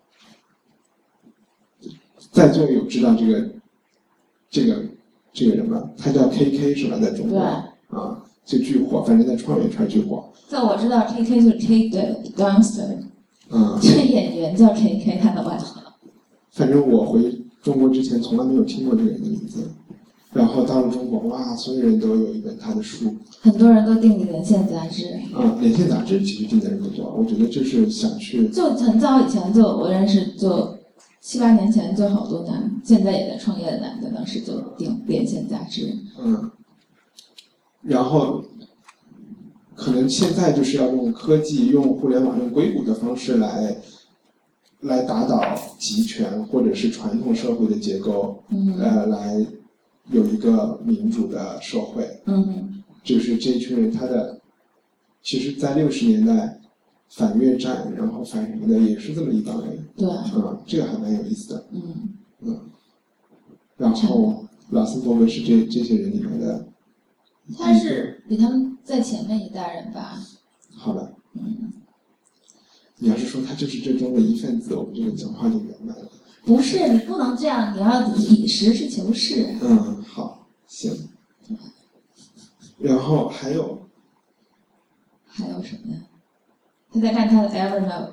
在座有知道这个这个这个人吗？他叫 K K 是吧？在中国啊，就巨火，反正在创业圈巨火。 在我知道 K K 就是 K 的 Gangster， 嗯， 这演员叫 K K， 他的外号。 反正我回中国之前从来没有听过这个人的名字，然后到了中国，哇，所有人都有一本他的书， 很多人都订《连线》杂志。 啊，《连线》杂志其实订的人不多，我觉得就是想去。 就很早以前就我认识，就七八年前就好多男，现在也在创业的男的，当时就订《连线》杂志。 嗯，然后可能现在就是要用科技、用互联网、用硅谷的方式来。来打倒集权或者是传统社会的结构， 嗯， 呃，来有一个民主的社会， 嗯， 就是这一群人，他的，其实，在六十年代反越战，然后反什么的，也是这么一帮人， 对， 嗯，这个还蛮有意思的， 嗯嗯，然后老森伯格是这这些人里面的， 他是比他们在前面一代人吧？ 好吧， 嗯。 你要是说他就是这中的一份子，我们这个讲话就圆满了。 不是，你不能这样，你要以实事求是。 嗯，好，行。然后还有， 还有什么呀？他在看他的 Evernote。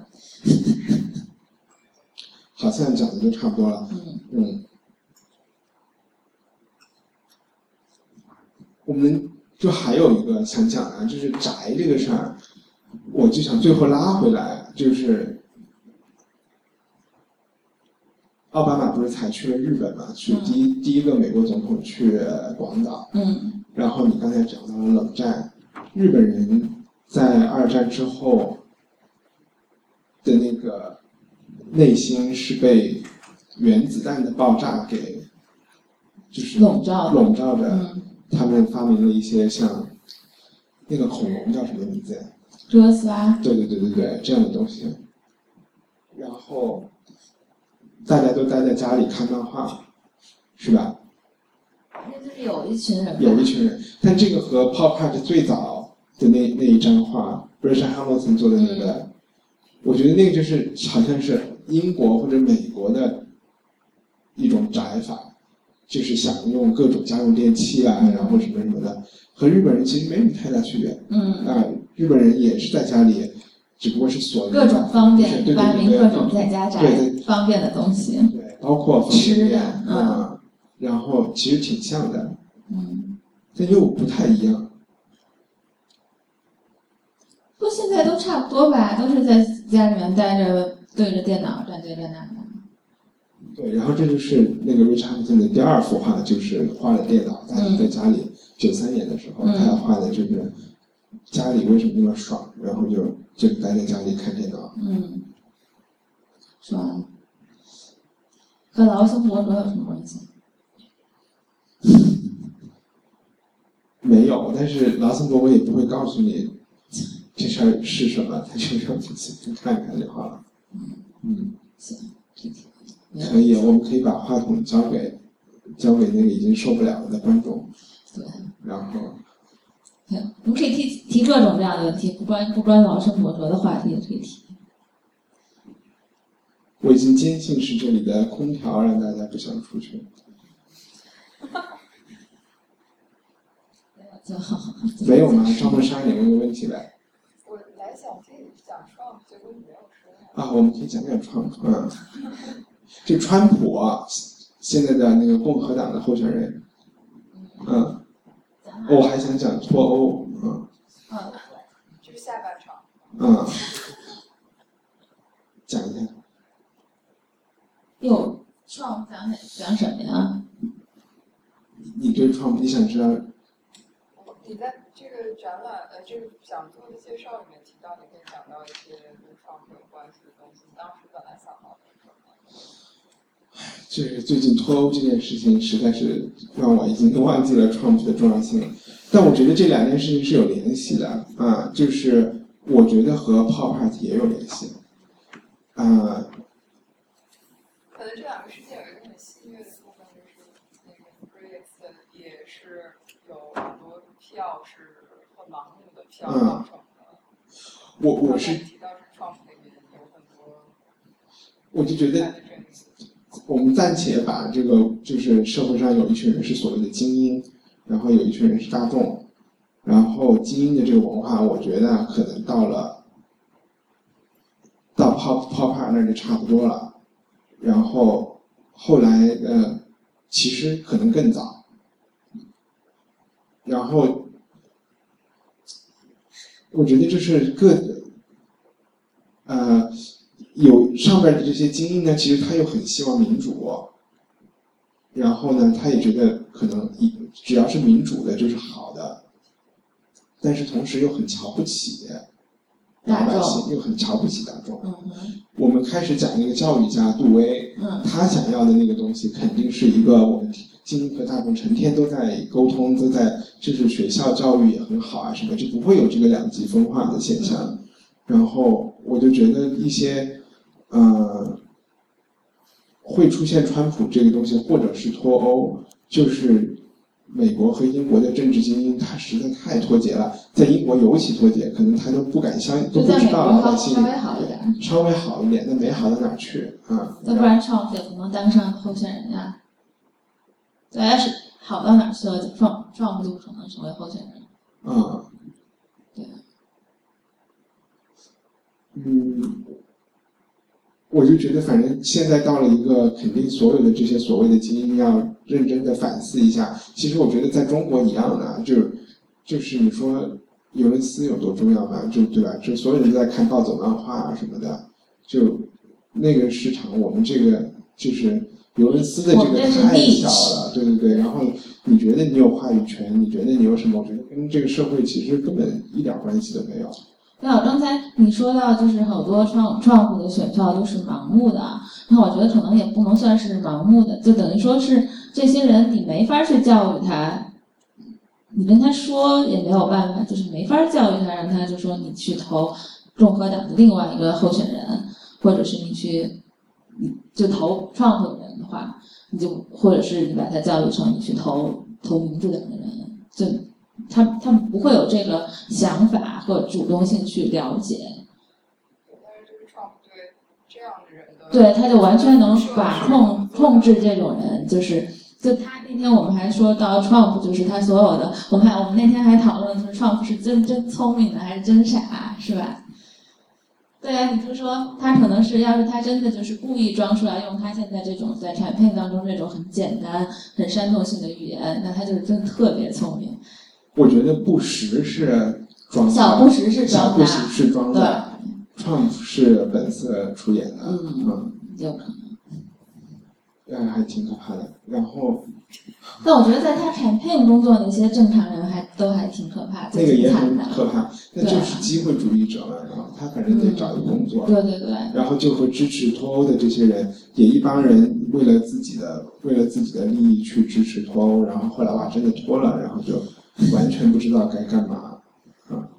好像讲的就差不多了。 嗯。 嗯。我们就还有一个想讲啊，就是宅这个事儿。我就想最后拉回来，就是奥巴马不是才去了日本嘛？去第一、嗯、第一个美国总统去广岛。 嗯。 然后你刚才讲到了冷战，日本人在二战之后的那个内心是被原子弹的爆炸给就是笼罩笼罩着， 嗯， 他们发明了一些像那个恐龙叫什么名字呀？ 哥斯拉， 对对对对对，这样的东西。然后大家都待在家里看漫画，是吧？ 那就是有一群人吧， 有一群人，但这个和 Pop Art 最早的那那一张画 ，Richard Hamilton 做的那个， 嗯、 我觉得那个就是好像是英国或者美国的一种宅法，就是想用各种家用电器啊， 嗯、 然后什么什么的，和日本人其实没什么太大区别。 嗯啊，日本人也是在家里，只不过是锁各种方便， 对对对发明各种在家宅对对方便的东西， 对，包括方便吃面的， 啊、嗯，然后其实挺像的， 嗯， 但又不太一样。 不，现在都差不多吧，都是在家里面待着，对着电脑，站对着那个。 对，然后这就是那个 Richard Hamilton 的第二幅画，就是画了电脑，大家在家里，九三年的时候， 嗯、 他画的就是家里为什么那么爽，然后就就待在家里看电脑。 嗯，爽。和劳森伯格有什么关系？ 没有，但是劳森伯格也不会告诉你这事儿是什么，他就让你自己看看就好了。嗯， 行， 可以，我们可以把话筒交给交给那个已经受不了的观众。 对。 然后， 对，我们可以提提各种各样的问题，不关不关劳森伯格的话题也可以提。 我已经坚信是这里的空调让大家不想出去。没有吗？张梦莎，你问个问题来。 我来想可以讲Trump，结果你没有说。 啊，我们可以讲讲川普。嗯，这川普啊，现在的那个共和党的候选人，嗯，我还想讲脱欧，嗯， 嗯，就是下半场。 嗯，讲一下。 有Trump讲哪讲什么呀？ 你对Trump，你想知道？ 你在这个展览呃这个讲座的介绍里面提到，你可以讲到一些跟Trump有关系的东西。你当时本来想到的是什么？ 就是最近脱欧这件事情，实在是让我已经忘记了Trump的重要性了。但我觉得这两件事情是有联系的啊，就是我觉得和 Pop Art 也有联系啊。 可能这两个事件有一个很戏谑的部分，就是那个 Brexit 的也是有很多票是很盲目的票造成的。 嗯、我我是提到是 Trump 那边有很多， 我就觉得我们暂且把这个就是社会上有一群人是所谓的精英，然后有一群人是大众，然后精英的这个文化，我觉得可能到了到 Pop Pop Art 那就差不多了。然后后来呃，其实可能更早。然后我觉得就是各呃有上边的这些精英呢，其实他又很希望民主，然后呢，他也觉得可能只要是民主的就是好的，但是同时又很瞧不起老百姓，又很瞧不起大众。 嗯我们开始讲那个教育家杜威， 嗯， 他想要的那个东西肯定是一个我们精英和大众成天都在沟通，都在就是学校教育也很好啊什么，就不会有这个两极分化的现象。 嗯、 然后我就觉得一些呃会出现川普这个东西，或者是脱欧，就是美国和英国的政治精英，他实在太脱节了，在英国尤其脱节，可能他都不敢相，都不知道老百姓稍微好一点， 稍微好一点，那没好到哪去啊？ 要不然Trump也不能当上候选人呀。对，要是好到哪去了，Trump Trump就不可能成为候选人。 啊， 对。 嗯，我就觉得，反正现在到了一个肯定所有的这些所谓的精英要认真的反思一下。其实我觉得在中国一样的，就就是你说尤伦斯有多重要吧？就对吧？就所有人都在看暴走漫画啊什么的，就那个市场，我们这个就是尤伦斯的这个太小了，对对对。然后你觉得你有话语权，你觉得你有什么？我觉得跟这个社会其实根本一点关系都没有。 对啊，刚才你说到就是好多创创普的选票都是盲目的啊，那我觉得可能也不能算是盲目的，就等于说是这些人你没法去教育他，你跟他说也没有办法，就是没法教育他，让他就说你去投共和党的另外一个候选人，或者是你去你就投创普的人的话，你就或者是你把他教育成你去投投民主党的人，就。他他们不会有这个想法或主动性去了解， 但是就是创对这样的人的， 对，他就完全能把控控制这种人，就是就他那天我们还说到 Trump 就是他所有的，我们还我们那天还讨论就是 Trump 是真真聪明的还是真傻，是吧？对啊，你就说他可能是，要是他真的就是故意装出来，用他现在这种在产品当中这种很简单、很煽动性的语言，那他就是真的特别聪明。 我觉得布什是装的， 小布什是装的， 小布什是装的 ，Trump 是本色出演的， 嗯， 嗯有可能，呃，还挺可怕的。然后， 但我觉得在他 campaign 工作那些正常人还都还挺可怕， 那个也很的可怕，那就是机会主义者嘛，然后他反正得找一个工作， 嗯，对对对， 然后就和支持脱欧的这些人，也一帮人为了自己的为了自己的利益去支持脱欧，然后后来哇真的脱了，然后就。完全不知道该干嘛，啊！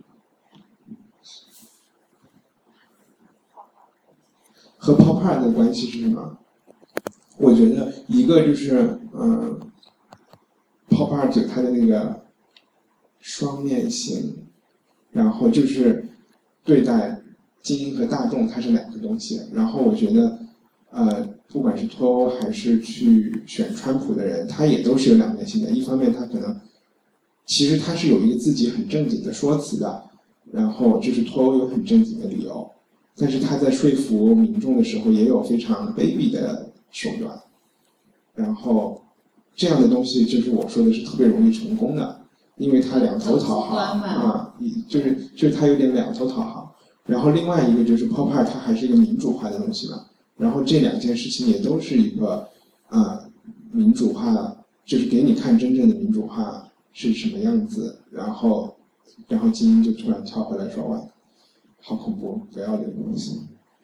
和 pop art 的关系是什么？我觉得一个就是，嗯 ，pop art 它的那个双面性，然后就是对待精英和大众，它是两个东西。然后我觉得，呃，不管是脱欧还是去选川普的人，他也都是有两面性的。一方面，他可能其实他是有一个自己很正经的说辞的，然后就是脱欧有很正经的理由，但是他在说服民众的时候也有非常卑鄙的手段，然后这样的东西就是我说的是特别容易成功的，因为他两头讨好啊，就是就是他有点两头讨好。然后另外一个就是 pop art 它还是一个民主化的东西嘛，然后这两件事情也都是一个啊、呃、民主化，就是给你看真正的民主化是什么样子，然后，然后精英就突然跳回来说：“哇，好恐怖，不要这个东西。”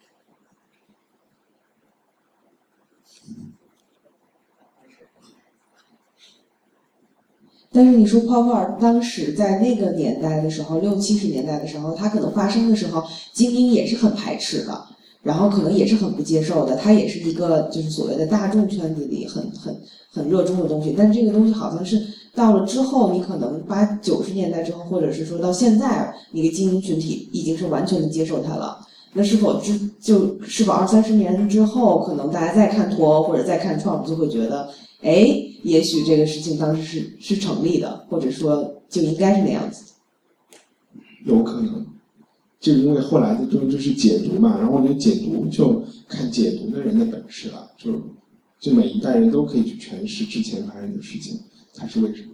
但是你说 pop art 当时在那个年代的时候，六七十年代的时候，它可能发生的时候，精英也是很排斥的，然后可能也是很不接受的，它也是一个就是所谓的大众圈子里很很很热衷的东西。但是这个东西好像是到了之后，你可能八九十年代之后，或者是说到现在，一个精英群体已经是完全的接受它了。那是否之就是否二三十年之后，可能大家再看脱欧或者再看 Trump 就会觉得，哎，也许这个事情当时是是成立的，或者说就应该是那样子。 有可能，就因为后来的东西就是解读嘛，然后我觉得解读就看解读的人的本事了，就就每一代人都可以去诠释之前发生的事情，它是为什么。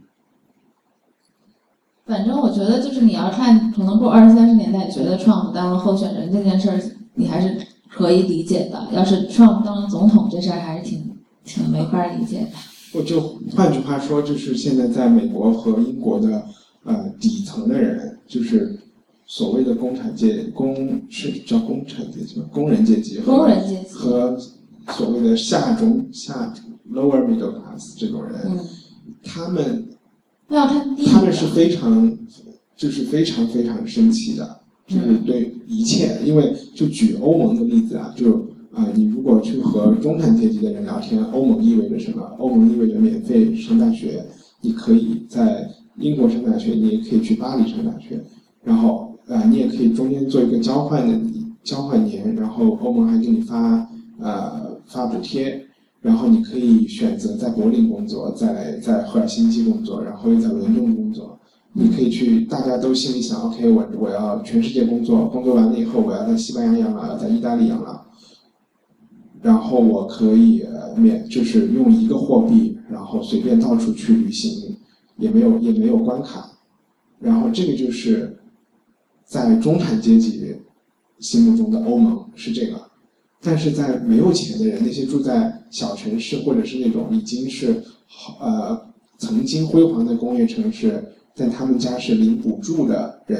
反正我觉得就是你要看，可能过二三十年代觉得 Trump 当了候选人这件事儿，你还是可以理解的。要是 Trump 当了总统这事儿，还是挺挺没法理解的。 我就换句话说，就是现在在美国和英国的呃底层的人，就是所谓的工产阶工是叫工产阶级吗？工人阶级工人阶级和所谓的下中下 lower middle class 这种人， 嗯、 他们。 要看地域， 他们是非常，就是非常非常生气的，就是对一切，因为就举欧盟的例子啊，就啊、呃，你如果去和中产阶级的人聊天，欧盟意味着什么？欧盟意味着免费上大学，你可以在英国上大学，你也可以去巴黎上大学，然后啊、呃，你也可以中间做一个交换的交换年，然后欧盟还给你发呃发补贴。然后你可以选择在柏林工作，在在赫尔辛基工作，然后又在伦敦工作。你可以去，大家都心里想 ，OK， 我我要全世界工作，工作完了以后，我要在西班牙养老，要在意大利养老。然后我可以免，就是用一个货币，然后随便到处去旅行，也没有也没有关卡。然后这个就是在中产阶级心目中的欧盟是这个。但是在没有钱的人，那些住在小城市或者是那种已经是呃曾经辉煌的工业城市，但他们家是领补助的人，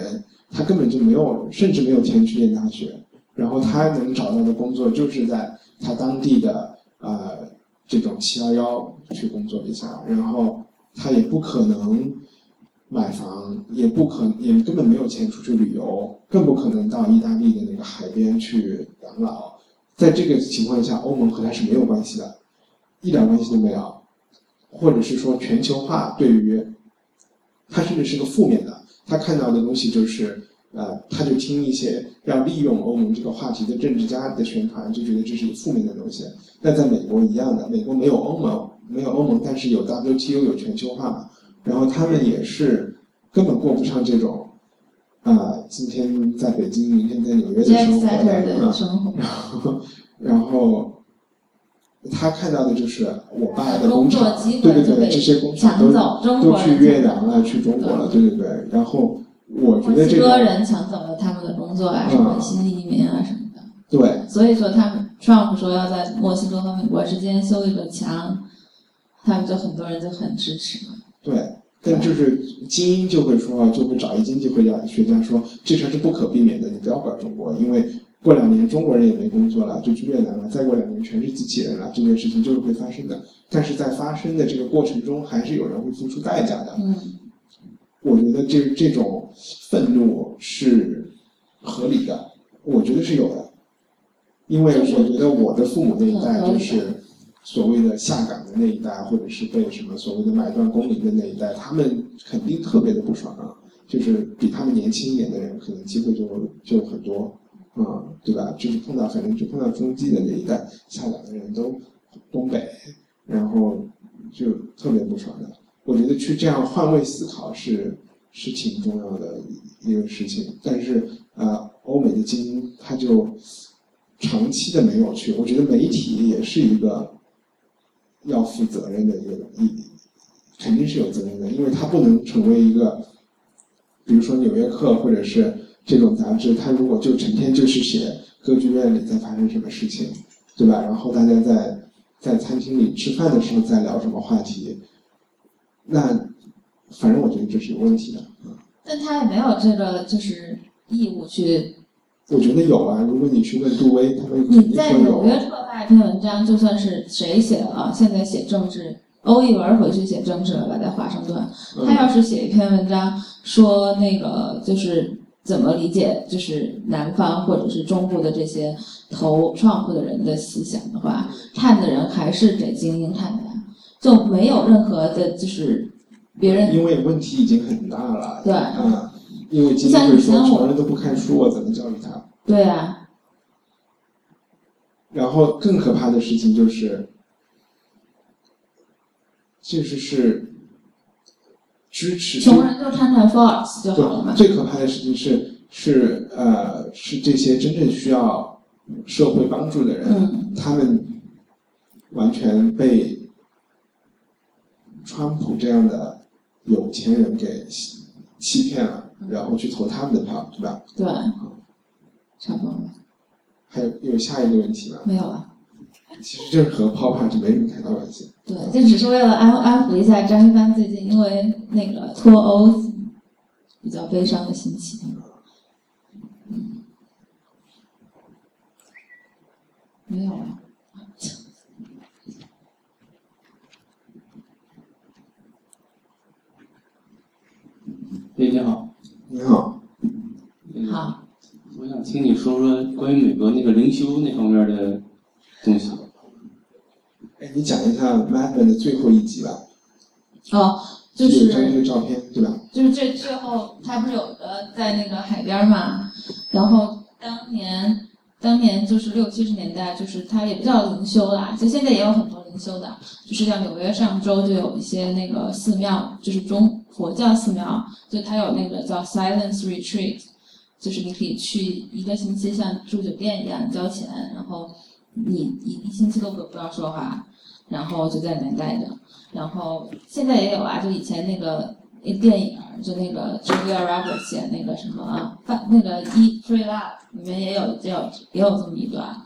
他根本就没有，甚至没有钱去念大学，然后他能找到的工作就是在他当地的呃这种七一一去工作一下，然后他也不可能买房，也不可也根本没有钱出去旅游，更不可能到意大利的那个海边去养老。在这个情况下，欧盟和他是没有关系的，一点关系都没有，或者是说全球化对于他甚至是个负面的，他看到的东西就是呃，他就听一些要利用欧盟这个话题的政治家的宣传，就觉得这是一个负面的东西。那在美国一样的，美国没有欧盟，没有欧盟，但是有 W T O 有全球化，然后他们也是根本过不上这种啊、呃，今天在北京，明天在纽约的生活的、 嗯、生活。 然后，然后他看到的就是我爸的工厂，对对对，这些工厂都都去越南了，去中国了，对对对。然后我觉得这个人抢走了他们的工作啊，什么新移民啊什么的。 对。 所以说他们 Trump 说要在墨西哥和美国之间修一个墙，他们就很多人就很支持嘛。 对。但就是精英就会说，就会找一经济学家学家说，这事是不可避免的，你不要怪中国，因为过两年中国人也没工作了，就去越南了，再过两年全是机器人了，这件事情就是会发生的。但是在发生的这个过程中，还是有人会付出代价的。 嗯， 我觉得这这种愤怒是合理的，我觉得是有的，因为我觉得我的父母那一代就是所谓的下岗的那一代，或者是被什么所谓的买断工龄的那一代，他们肯定特别的不爽啊，就是比他们年轻一点的人，可能机会就就很多。嗯，对吧？就是碰到，反正就碰到中基的那一代下岗的人都东北，然后就特别不爽的。我觉得去这样换位思考是是挺重要的一个事情，但是呃，欧美的精英他就长期的没有去。我觉得媒体也是一个要负责任的一个一肯定是有责任的，因为他不能成为一个，比如说《纽约客》或者是这种杂志，它如果就成天就是写歌剧院里在发生什么事情，对吧？然后大家在在餐厅里吃饭的时候在聊什么话题，那反正我觉得这是有问题的。 但他也没有这个就是义务去。 我觉得有啊，如果你去问杜威，他们你在《纽约客》发一篇文章，就算是谁写了，现在写政治，欧一文回去写政治了吧，在华盛顿，他要是写一篇文章说那个就是怎么理解就是南方或者是中部的这些投Trump的人的思想的话，看的人还是给精英看的呀，就没有任何的就是别人。 因为问题已经很大了。 对。 嗯。因为精英会说穷人都不看书，我怎么教育他？ 对啊。 然后更可怕的事情就是，就是是支持穷人就看看 Fox 就好了嘛。 最可怕的事情是是呃是这些真正需要社会帮助的人， 嗯、 他们完全被川普这样的有钱人给欺骗了。然后去投他们的票，对吧？ 对，差不多了。 还有有下一个问题吗？ 没有了。 其实这和 Pop Art 没什么太大关系。 对，这只是为了安安抚一下张一帆最近因为那个脱欧比较悲伤的心情。嗯，没有了。 哎，你好。 你好。 好。 我想听你说说关于美国那个灵修那方面的东西。 哎，你讲一下《Mad Men》的最后一集吧。 哦，就是有张这个照片，对吧？ 就是这最后他不是有个在那个海边嘛，然后当年当年就是六七十年代，就是他也不叫灵修啦，就现在也有很多灵修的，就是像纽约上周就有一些那个寺庙，就是中佛教寺庙，就它有那个叫 Silence Retreat， 就是你可以去一个星期像住酒店一样交钱，然后你一一星期都不要说话，然后就在那待着。然后现在也有啊，就以前那个电影，就那个 Julia Roberts 写那个什么啊，那个《Eat Free Love》里面也有也有也有这么一段。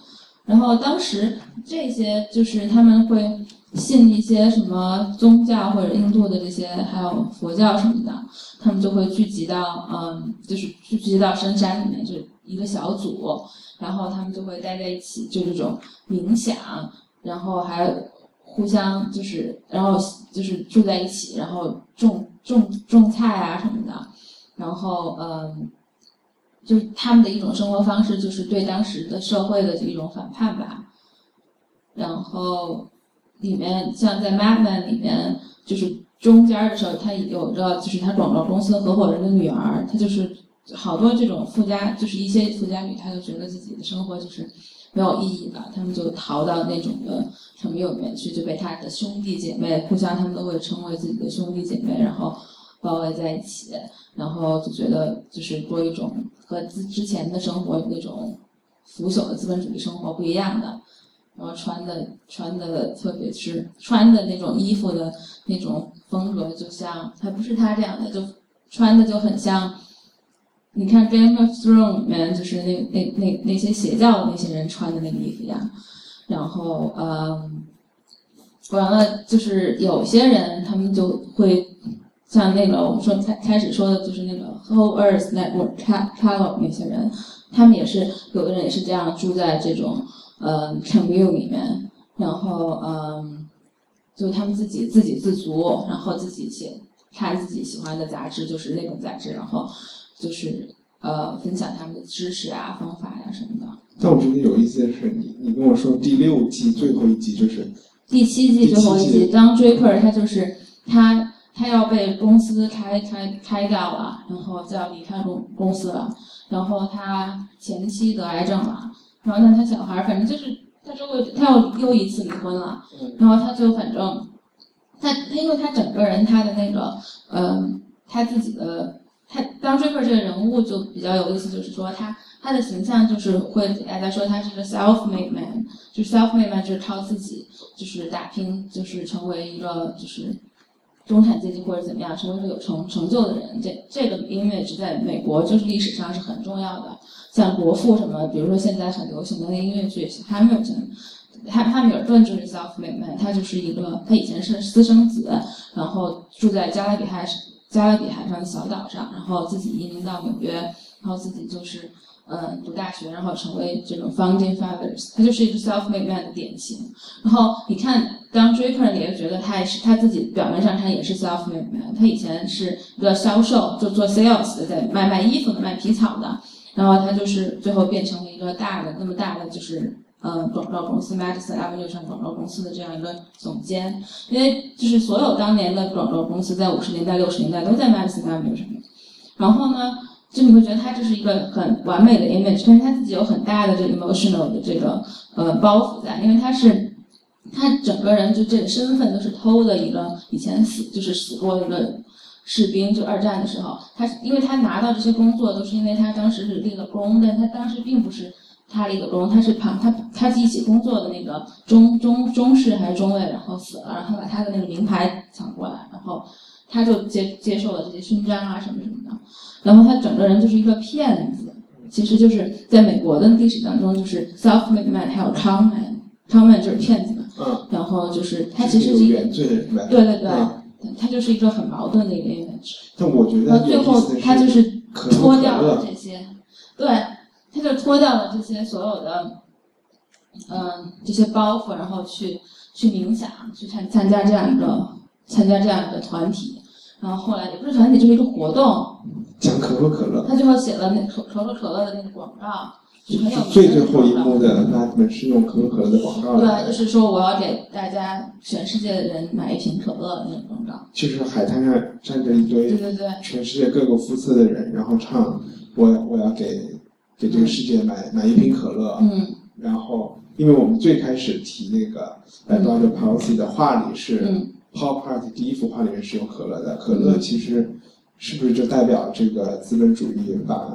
然后当时这些就是他们会信一些什么宗教或者印度的这些，还有佛教什么的，他们就会聚集到嗯，就是聚集到深山里面，就是一个小组，然后他们就会待在一起，就这种冥想，然后还互相就是，然后就是住在一起，然后种种种菜啊什么的，然后嗯。就是他们的一种生活方式，就是对当时的社会的一种反叛吧。然后里面像在《Mad Men》里面，就是中间的时候，他有着就是他广告公司合伙人的女儿，他就是好多这种富家，就是一些富家女，她就觉得自己的生活就是没有意义了，他们就逃到那种的城မြို့里面去，就被他的兄弟姐妹互相，他们都会称为自己的兄弟姐妹，然后包围在一起，然后就觉得就是过一种和之之前的生活那种腐朽的资本主义生活不一样的，然后穿的穿的特别是穿的那种衣服的那种风格，就像还不是他这样的，就穿的就很像，你看《Game of Thrones》里面就是那那那那些邪教的那些人穿的那个衣服一样，然后嗯，完了就是有些人他们就会。像那个我们说开开始说的就是那个 Whole Earth Network Catalog 那些人，他们也是有的人也是这样住在这种呃 commune 里面，然后嗯，就他们自己自给自足，然后自己写看自己喜欢的杂志，就是那种杂志，然后就是呃分享他们的知识啊、方法呀、什么的。 但我觉得有意思的是，你你跟我说第六季最后一集就是第七季最后一集，当 Draper 他就是他。他要被公司开开开掉了，然后就要离开公公司了。然后他前妻得癌症了，然后那他小孩反正就是他周围他又又一次离婚了，然后他就反正他他因为他整个人他的那个呃他自己的他当 Draper 这个人物就比较有意思，就是说他他的形象就是会给大家说他是个 self-made man， 就是 self-made man 就是靠自己就是打拼，就是成为一个就是。中产阶级或者怎么样，成为一个有成成就的人，这这个 image 在美国就是历史上是很重要的。像国父什么，比如说现在很流行的那音乐剧 Hamilton， 哈哈米尔顿就是 self-made man， 他就是一个他以前是私生子，然后住在加勒比海加勒比海上的小岛上，然后自己移民到纽约，然后自己就是嗯读大学，然后成为这种 founding fathers， 他就是一个 self-made man 的典型。然后你看。当 Draper 你也觉得他也是他自己表面上他也是 self-made man， 他以前是一个销售，就做 sales 的，在卖卖衣服的、卖皮草的，然后他就是最后变成了一个大的那么大的就是呃广告公司 Madison Avenue 上广告公司的这样一个总监，因为就是所有当年的广告公司在五十年代、六十年代都在 Madison Avenue 上面，然后呢，就你会觉得他这是一个很完美的 image， 但是他自己有很大的这个 emotional 的这个呃包袱在，因为他是。他整个人就这个身份都是偷的一个以前死就是死过的一个士兵，就二战的时候，他因为他拿到这些工作都是因为他当时是立了功，但他当时并不是他立了功，他是旁他他一起工作的那个中中中士还是中尉，然后死了，然后他把他的那个名牌抢过来，然后他就接接受了这些勋章啊什么什么的，然后他整个人就是一个骗子，其实就是在美国的历史当中，就是 self-made man 还有 con man，con man 就是骗子嘛。 嗯， 然后就是他其实是一个原罪的人呗， 对对对， 嗯、 他就是一个很矛盾的一个 image。 但我觉得最后他就是脱掉了这些，对，他就脱掉了这些所有的，嗯，这些包袱，然后去去冥想，去参参加这样一个参加这样一个团体，然后后来也不是团体，就是一个活动， 讲可口可乐， 他最后写了那可可口可乐的那个广告。 最最后一幕的那们是用可口可乐的广告， 对，就是说我要给大家全世界的人买一瓶可乐那种广告。 就是海滩上站着一堆， 对对对， 全世界各个肤色的人，然后唱我我要给给这个世界买、嗯、买一瓶可乐， 嗯， 然后因为我们最开始提那个 Eduardo Paolsi 的画里是、嗯、Pop Art 第一幅画里面是有可乐的，可乐其实是不是就代表这个资本主义把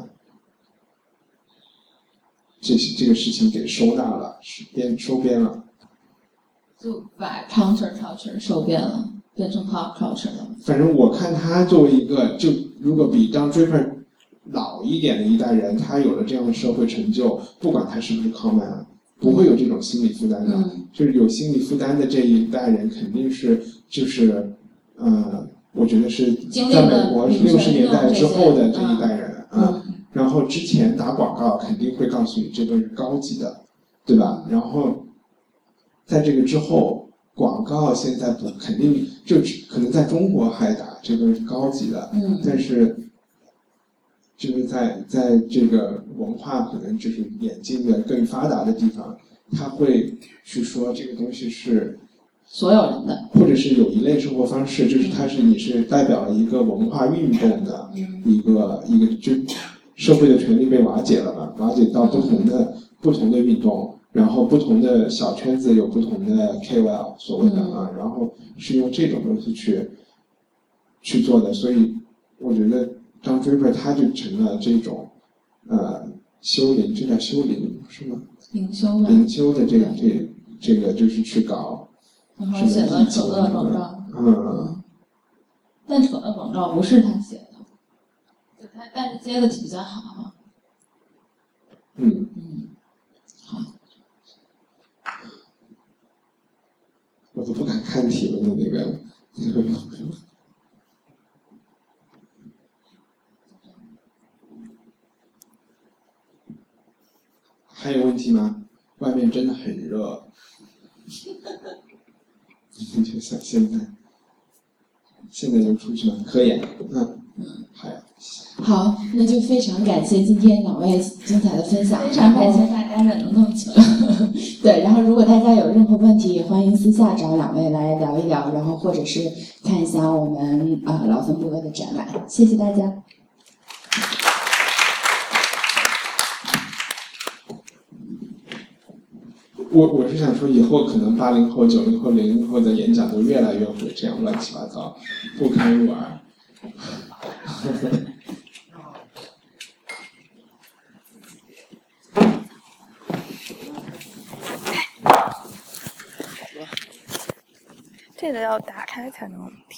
这这个事情给收纳了，编收编了， 就把 counter culture 收编了，变成 pop culture 了。 反正我看他作为一个，就如果比Don Draper老一点的一代人，他有了这样的社会成就，不管他是不是 con man， 不会有这种心理负担的。 嗯就是有心理负担的这一代人，肯定是就是呃，我觉得是在美国六十年代之后的这一代人啊。然后之前打广告肯定会告诉你这都是高级的，对吧？然后在这个之后，广告现在不肯定就可能在中国还打这个是高级的， 嗯， 但是就是在在这个文化可能就是演进的更发达的地方，他会去说这个东西是所有人的， 或者是有一类生活方式，就是它是你是代表了一个文化运动的一个一个就社会的权利被瓦解了嘛，瓦解到不同的不同的运动，然后不同的小圈子有不同的 K O L 所谓的啊，然后是用这种东西去去做的，所以我觉得张 Draper 他就成了这种呃修灵，这叫修灵是吗？ 灵修吧， 灵修的这个这这个就是去搞。 然后写了可乐广告， 嗯， 但可乐广告不是他写的，就他但是接的比较好嘛。 嗯嗯，好， 我都不敢看体文的那个那个。还有问题吗？外面真的很热。你就像现在，现在就出去吗？可以，嗯嗯，好呀。 好，那就非常感谢今天两位精彩的分享， 非常感谢大家忍了那么久。 对，然后如果大家有任何问题，欢迎私下找两位来聊一聊，然后或者是看一下我们啊、呃、老芬布勒的展览。谢谢大家。 我我是想说，以后可能八零后、九零后、零零后的演讲都越来越会这样乱七八糟，不堪入耳。 这个要打开才能听。